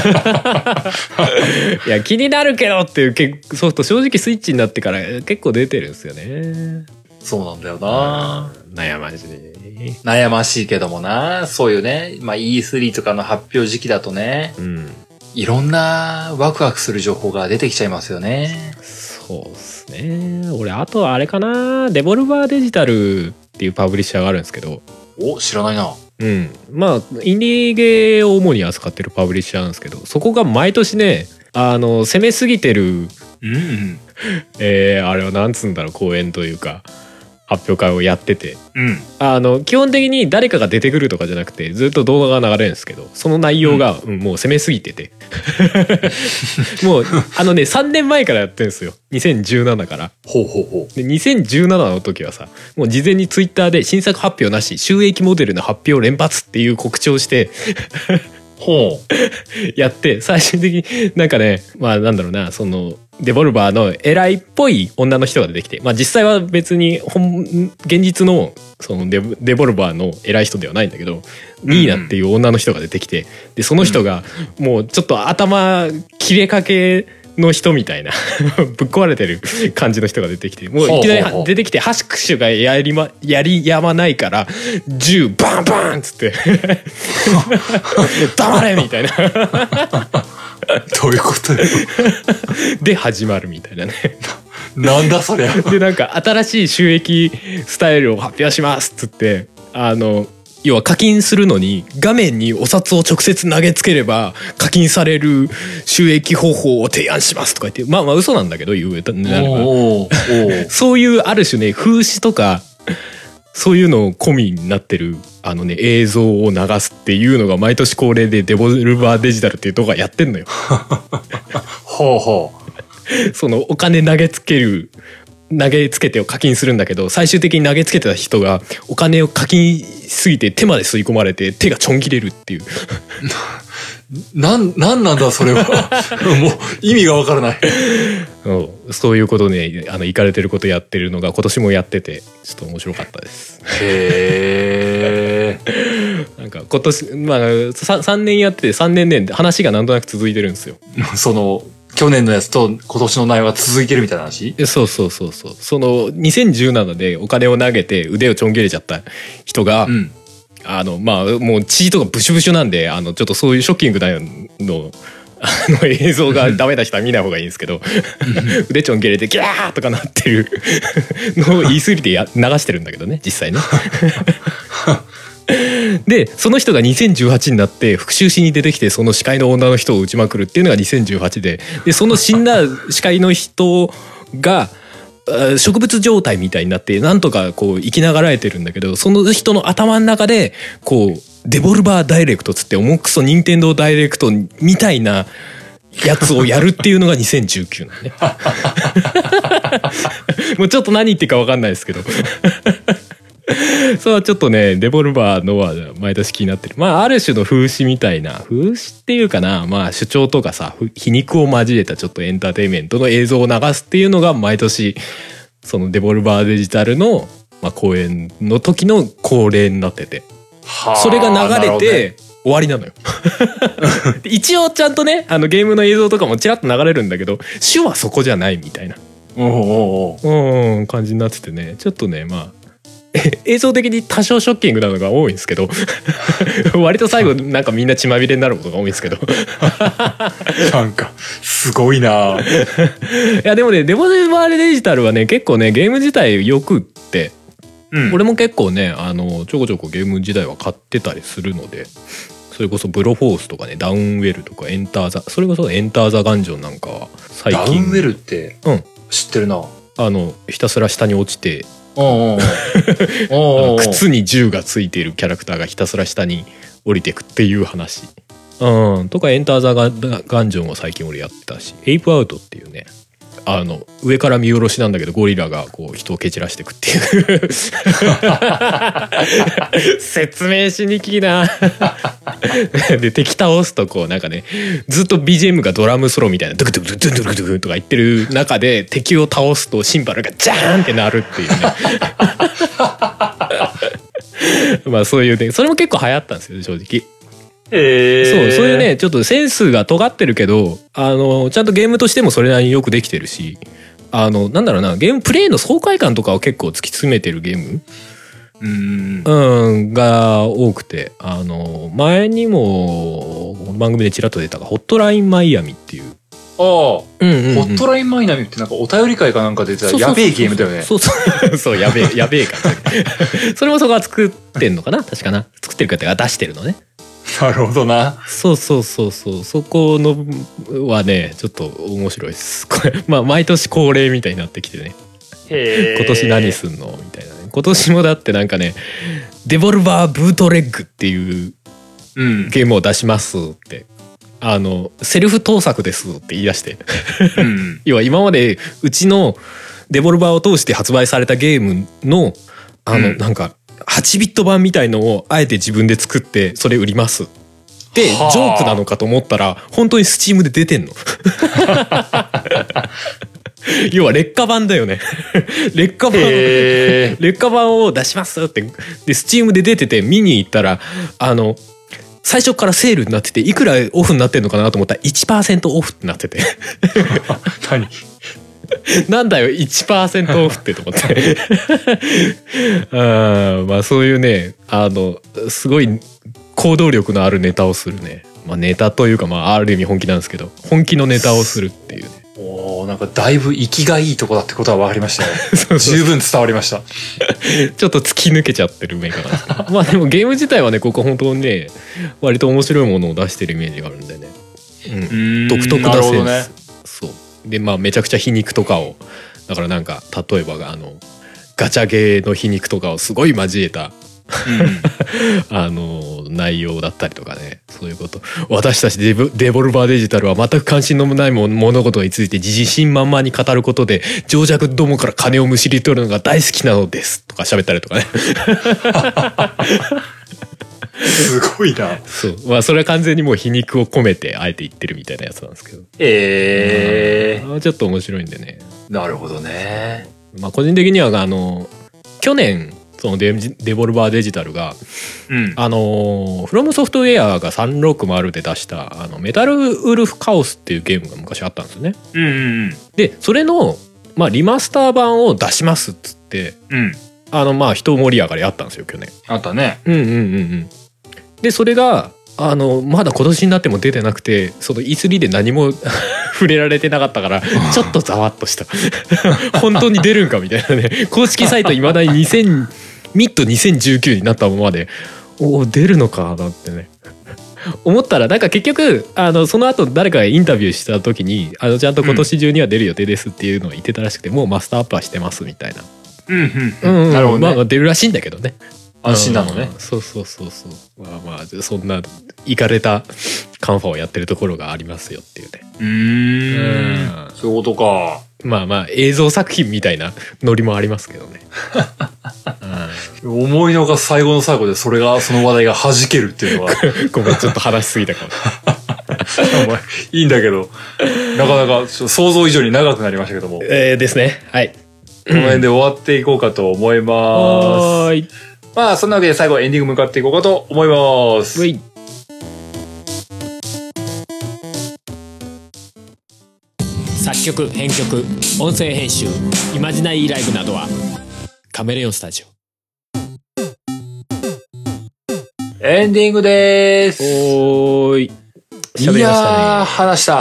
いや気になるけどっていうソフト正直スイッチになってから結構出てるんですよね。 そうなんだよな。 悩ましい悩ましいけどもな。そういうね、まあ イースリー とかの発表時期だとね、うん、いろんなワクワクする情報が出てきちゃいますよね。 そうっすね。俺あとはあれかな、デボルバーデジタルっていうパブリッシャーがあるんですけど。 お、知らないな。 うん、まあインディーゲーを主に扱ってるパブリッシャーなんですけど、そこが毎年ね、あの攻めすぎてる、うん、えー、あれはなんつうんだろう、公演というか発表会をやってて、うん、あの基本的に誰かが出てくるとかじゃなくてずっと動画が流れるんですけど、その内容が、うん、もう攻めすぎててもうあのねさんねんまえからやってるんですよ、にせんじゅうななから。 ほうほうほう。 でにせんじゅうななの時はさ、もう事前にツイッターで新作発表なし、収益モデルの発表連発っていう告知をしてほうやって、最終的になんかね、まあなんだろうな、そのデボルバーの偉いっぽい女の人が出てきて、まあ実際は別に本現実のその デ, デボルバーの偉い人ではないんだけど、ニーナっていう女の人が出てきて、でその人がもうちょっと頭切れかけの人みたいなぶっ壊れてる感じの人が出てきて、もういきなり出てきて、拍手がやりまやりやまないから銃バンバンっつって黙れみたいなどういうことよで始まるみたいなね。 なんだそれ。 でなんか新しい収益スタイルを発表しますっつって、あの要は課金するのに画面にお札を直接投げつければ課金される収益方法を提案しますとか言って、まあまあ嘘なんだけど言うたなればそういうある種ね、風刺とかそういうの込みになってるあのね映像を流すっていうのが毎年恒例で、デボルバーデジタルっていうとこがやってんのよ。 ほうほう。 そのお金投げつける投げつけてを課金するんだけど、最終的に投げつけてた人がお金を課金すぎて手まで吸い込まれて手がちょん切れるっていうなん、なんなんだそれはもう意味がわからないそうそういうことね、あのイカれてることやってるのが今年もやっててちょっと面白かったです。 へーなんか今年まあ 3, さんねんやっててさんねんね話がなんとなく続いてるんですよ。 その去年のやつと今年の内容が続いてるみたいな話？ そうそうそうそう。そのにせんじゅうななでお金を投げて腕をちょん切れちゃった人が、うん、あのまあもう血とかブシュブシュなんで、あのちょっとそういうショッキングなのあの映像がダメな人は見ない方がいいんですけど腕ちょん切れてギャーとかなってるのを言い過ぎてや流してるんだけどね、実際ねでその人がにせんじゅうはちになって復讐しに出てきて、その司会の女の人を撃ちまくるっていうのがにせんじゅうはちで、でその死んだ司会の人が植物状態みたいになってなんとかこう生きながらえてるんだけど、その人の頭の中でこうデボルバーダイレクトつって重くそ任天堂ダイレクトみたいなやつをやるっていうのがにせんじゅうきゅうなんねもうちょっと何言ってるか分かんないですけどそうちょっとねデボルバーのは毎年気になってる。まあある種の風刺みたいな、風刺っていうかな、まあ主張とかさ皮肉を交えたちょっとエンターテインメントの映像を流すっていうのが毎年そのデボルバーデジタルの、まあ、公演の時の恒例になってて、それが流れて終わりなのよ一応ちゃんとねあのゲームの映像とかもちらっと流れるんだけど、主はそこじゃないみたいなおうおうおう、うん、感じになっててね、ちょっとねまあ映像的に多少ショッキングなのが多いんですけど割と最後なんかみんな血まみれになることが多いんですけどなんかすごいな。 いやでもねデボルバーデジタルはね結構ねゲーム自体よくって、うん、俺も結構ねあのちょこちょこゲーム自体は買ってたりするので、それこそブロフォースとかねダウンウェルとかエンターザ、それこそエンターザガンジョンなんかは最近。ダウンウェルって知ってるな、うん、 あのひたすら下に落ちておうおうおう靴に銃がついているキャラクターがひたすら下に降りてくっていう話、うん、とかエンターザガンジョンは最近俺やってたし、エイプアウトっていうねあの上から見下ろしなんだけどゴリラがこう人を蹴散らしていくっていう説明しにくいなで敵倒すとこうなんかねずっと ビージーエム がドラムソロみたいなドゥクドゥクドゥクドゥクドゥクとか言ってる中で敵を倒すとシンバルがジャーンって鳴るっていうねまあそういうね、それも結構流行ったんですよ正直。 えー、 そうそういうねちょっとセンスが尖ってるけど、あのちゃんとゲームとしてもそれなりによくできてるし、あのなんだろうな、ゲームプレイの爽快感とかを結構突き詰めてるゲームうんうんが多くて、あの前にもこの番組でちらっと出たがホットラインマイアミっていう、 ああ、うんうんうん、ホットラインマイアミってなんかお便り会かなんか出てたやべえゲームだよね。 そうそうそうやべえやべえかそれもそこは作ってんのかな確かな、作ってる方が出してるのね。 なるほどな。 そうそうそうそう、そこのはねちょっと面白いです。これまあ毎年恒例みたいになってきてね。 へー、 今年何すんのみたいなね。今年もだってなんかねデボルバーブートレッグっていうゲームを出しますって、うん、あのセルフ盗作ですって言い出して、うん、要は今までうちのデボルバーを通して発売されたゲームのあの、うん、なんかはちビット版みたいのをあえて自分で作ってそれ売りますでジョークなのかと思ったら本当にスチームで出てんの要は劣化版だよね劣化版劣化版を出しますってでスチームで出てて見に行ったらあの最初からセールになってていくらオフになってんのかなと思ったら いちパーセント オフってなってて何なんだよ いちパーセント オフってと思ってあまあそういうねあのすごい行動力のあるネタをするね、まあ、ネタというかまあある意味本気なんですけど本気のネタをするっていうね。 おーなんかだいぶ生きがいいとこだってことは分かりましたねそうそうそう十分伝わりましたちょっと突き抜けちゃってるメーカーなんですけどまあでもゲーム自体はねここ本当にね割と面白いものを出してるイメージがあるんでね、うん、独特なセンス、ね、そうでまあめちゃくちゃ皮肉とかをだからなんか例えばあのガチャゲーの皮肉とかをすごい交えた、うん、あの内容だったりとかねそういうこと。私たちデボ、デボルバーデジタルは全く関心のない物事について自信満々に語ることで情弱どもから金をむしり取るのが大好きなのですとか喋ったりとかね。 すごいな。 そう。まあそれは完全にもう皮肉を込めてあえて言ってるみたいなやつなんですけど。 ええー。 ちょっと面白いんでね。 なるほどね。 まあ個人的にはあの去年そのデデボルバーデジタルが、うん、あのフロムソフトウェアがさんろくまるで出したあのメタルウルフカオスっていうゲームが昔あったんですよね。 うんうんうん、でそれの、まあ、リマスター版を出しますっつって、うん、あのまあ人盛り上がりあったんですよ去年。 あったね。 うんうんうんうん。でそれがあのまだ今年になっても出てなくてその イースリー で何も触れられてなかったからちょっとざわっとした本当に出るんかみたいなね。公式サイトいまだににせんミッドにせんじゅうきゅうになったままでおお出るのかなってね思ったらなんか結局あのその後誰かがインタビューした時にあのちゃんと今年中には出る予定ですっていうのを言ってたらしくて、うん、もうマスターアップはしてますみたいな。 うんうんうん、なるほどね。 まあ出るらしいんだけどね。 安心なのね。 そうそうそうそう。まあまあそんなイカれたカンファをやってるところがありますよっていうね。 うーん。そういうことか。 まあまあ映像作品みたいなノリもありますけどね。 うん、思いのが最後の最後でそれがその話題が弾けるっていうのはごめんちょっと話しすぎたかも。 いいんだけどなかなか想像以上に長くなりましたけども。 えー、ですね。はい。 この辺で終わっていこうかと思います。 はい。 まあそんなわけで最後エンディング向かっていこうかと思います。 はい。作曲編曲音声編集イマジナリーライブなどはカメレオンスタジオ。 エンディングでーす。 おーい。 喋りましたね。いやー話した。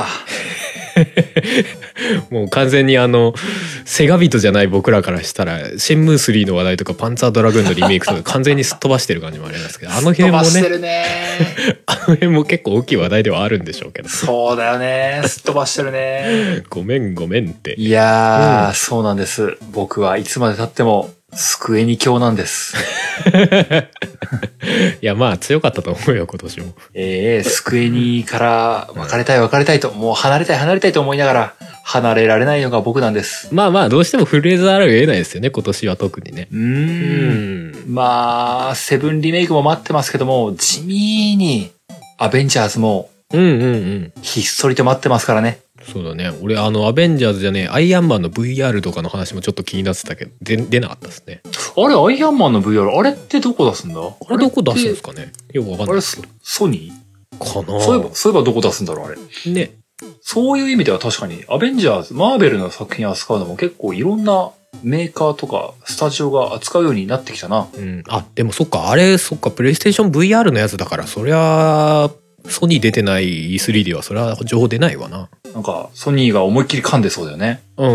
もう完全にあのセガビトじゃない僕らからしたらシェンムースリーの話題とかパンツァードラグーンのリメイクとか完全にすっ飛ばしてる感じもありますけど、あの辺もね、 ねあの辺も結構大きい話題ではあるんでしょうけど。 そうだよね、すっ飛ばしてるね。 ごめんごめんって。 いやー、うん、そうなんです。僕はいつまで経ってもスクエニ教なんです。 いやまあ強かったと思うよ今年も。 ええー、スクエニから別れたい別れたいと、もう離れたい離れたいと思いながら離れられないのが僕なんです。 まあまあどうしても触れざるを得ないですよね今年は特にね。 うーん。まあセブンリメイクも待ってますけども地味にアベンジャーズもうんうんうんひっそりと待ってますからね。 そうだね。俺あのアベンジャーズじゃねえアイアンマンの ブイアール とかの話もちょっと気になってたけどで出なかったですね。 あれアイアンマンの ブイアール あれってどこ出すんだ？ あれどこ出すんですかね。よくわかんないですけど。 あれソニーかな。 そういえばそういえばどこ出すんだろうあれ。 ね。 そういう意味では確かにアベンジャーズマーベルの作品を扱うのも結構いろんなメーカーとかスタジオが扱うようになってきたな。 うん。あでもそっかあれそっかプレイステーション ブイアール のやつだからそりゃソニー出てない イースリー ではそれは情報出ないわな。 なんかソニーが思いっきり噛んでそうだよね。 うん。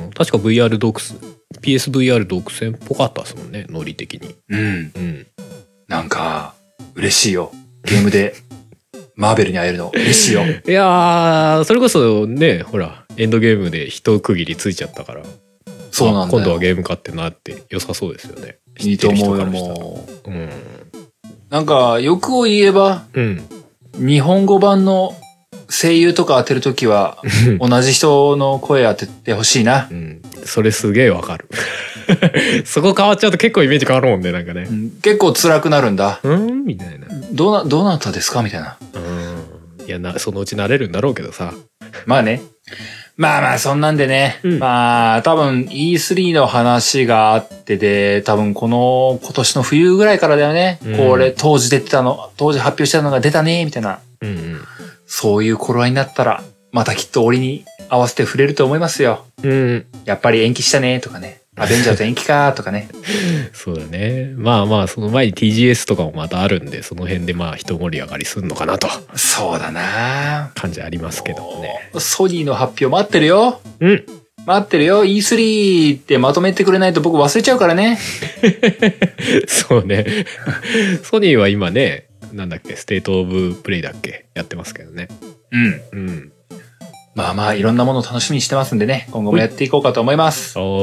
確か ブイアール 独占 ピーエスブイアール 独占っぽかったですもんねノリ的に。 うんうん。なんか嬉しいよゲームでマーベルに会えるの嬉しいよ。いやーそれこそねほらエンドゲームで一区切りついちゃったから。 そうなんだよ。 今度はゲーム化ってなって良さそうですよね。 いいと思うよもう。うん。なんか欲を言えば。うん。日本語版の声優とか当てるときは同じ人の声当ててほしいな。うん、 それすげえわかる。そこ変わっちゃうと結構イメージ変わるもんねなんかね。うん、 結構辛くなるんだ。 うんみたいな。 どうなどうなったですかみたいな。 うん。いやなそのうち慣れるんだろうけどさ。 まあね。まあまあそんなんでね。うん、まあ多分 イースリー の話があってで多分この今年の冬ぐらいからだよね。うん、これ当時出てたの当時発表したのが出たねみたいな。うんうん、そういう頃合いになったらまたきっと折に合わせて触れると思いますよ。うん、やっぱり延期したねとかね。アベンジャーズ延期かとかね。 そうだね。まあまあその前に ティージーエス とかもまたあるんでその辺でまあ一盛り上がりすんのかなと。 そうだな。 感じありますけどね。 ソニーの発表待ってるよ。 うん。 待ってるよ。イースリー ってまとめてくれないと僕忘れちゃうからね。 そうね。ソニーは今ね、なんだっけ、ステートオブプレイだっけやってますけどね。 うん。うん。まあまあいろんなものを楽しみにしてますんでね、今後もやっていこうかと思います。 はい。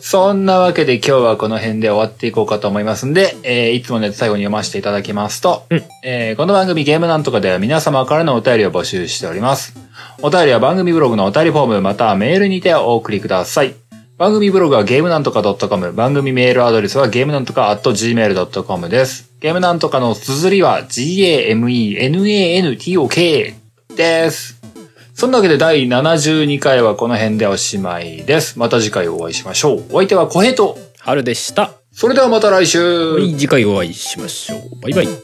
そんなわけで今日はこの辺で終わっていこうかと思いますんで、えー、いつもね、最後に読ませていただきますと、うん、えー、この番組ゲームなんとかでは皆様からのお便りを募集しております。お便りは番組ブログのお便りフォームまたはメールにてお送りください。番組ブログはゲームなんとか .com、番組メールアドレスはゲームなんとか アットジーメールドットコム です。ゲームなんとかの綴りは ジーエーエムイーエヌエーエヌティーオーケー です。そんなわけでだいななじゅうにかいはこの辺でおしまいです。また次回お会いしましょう。お相手は小平と春でした。 それではまた来週。 はい、次回お会いしましょう。バイバイ。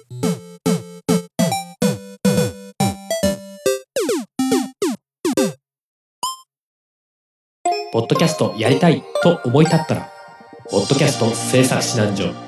ポッドキャストやりたいと思い立ったら、ポッドキャスト制作指南所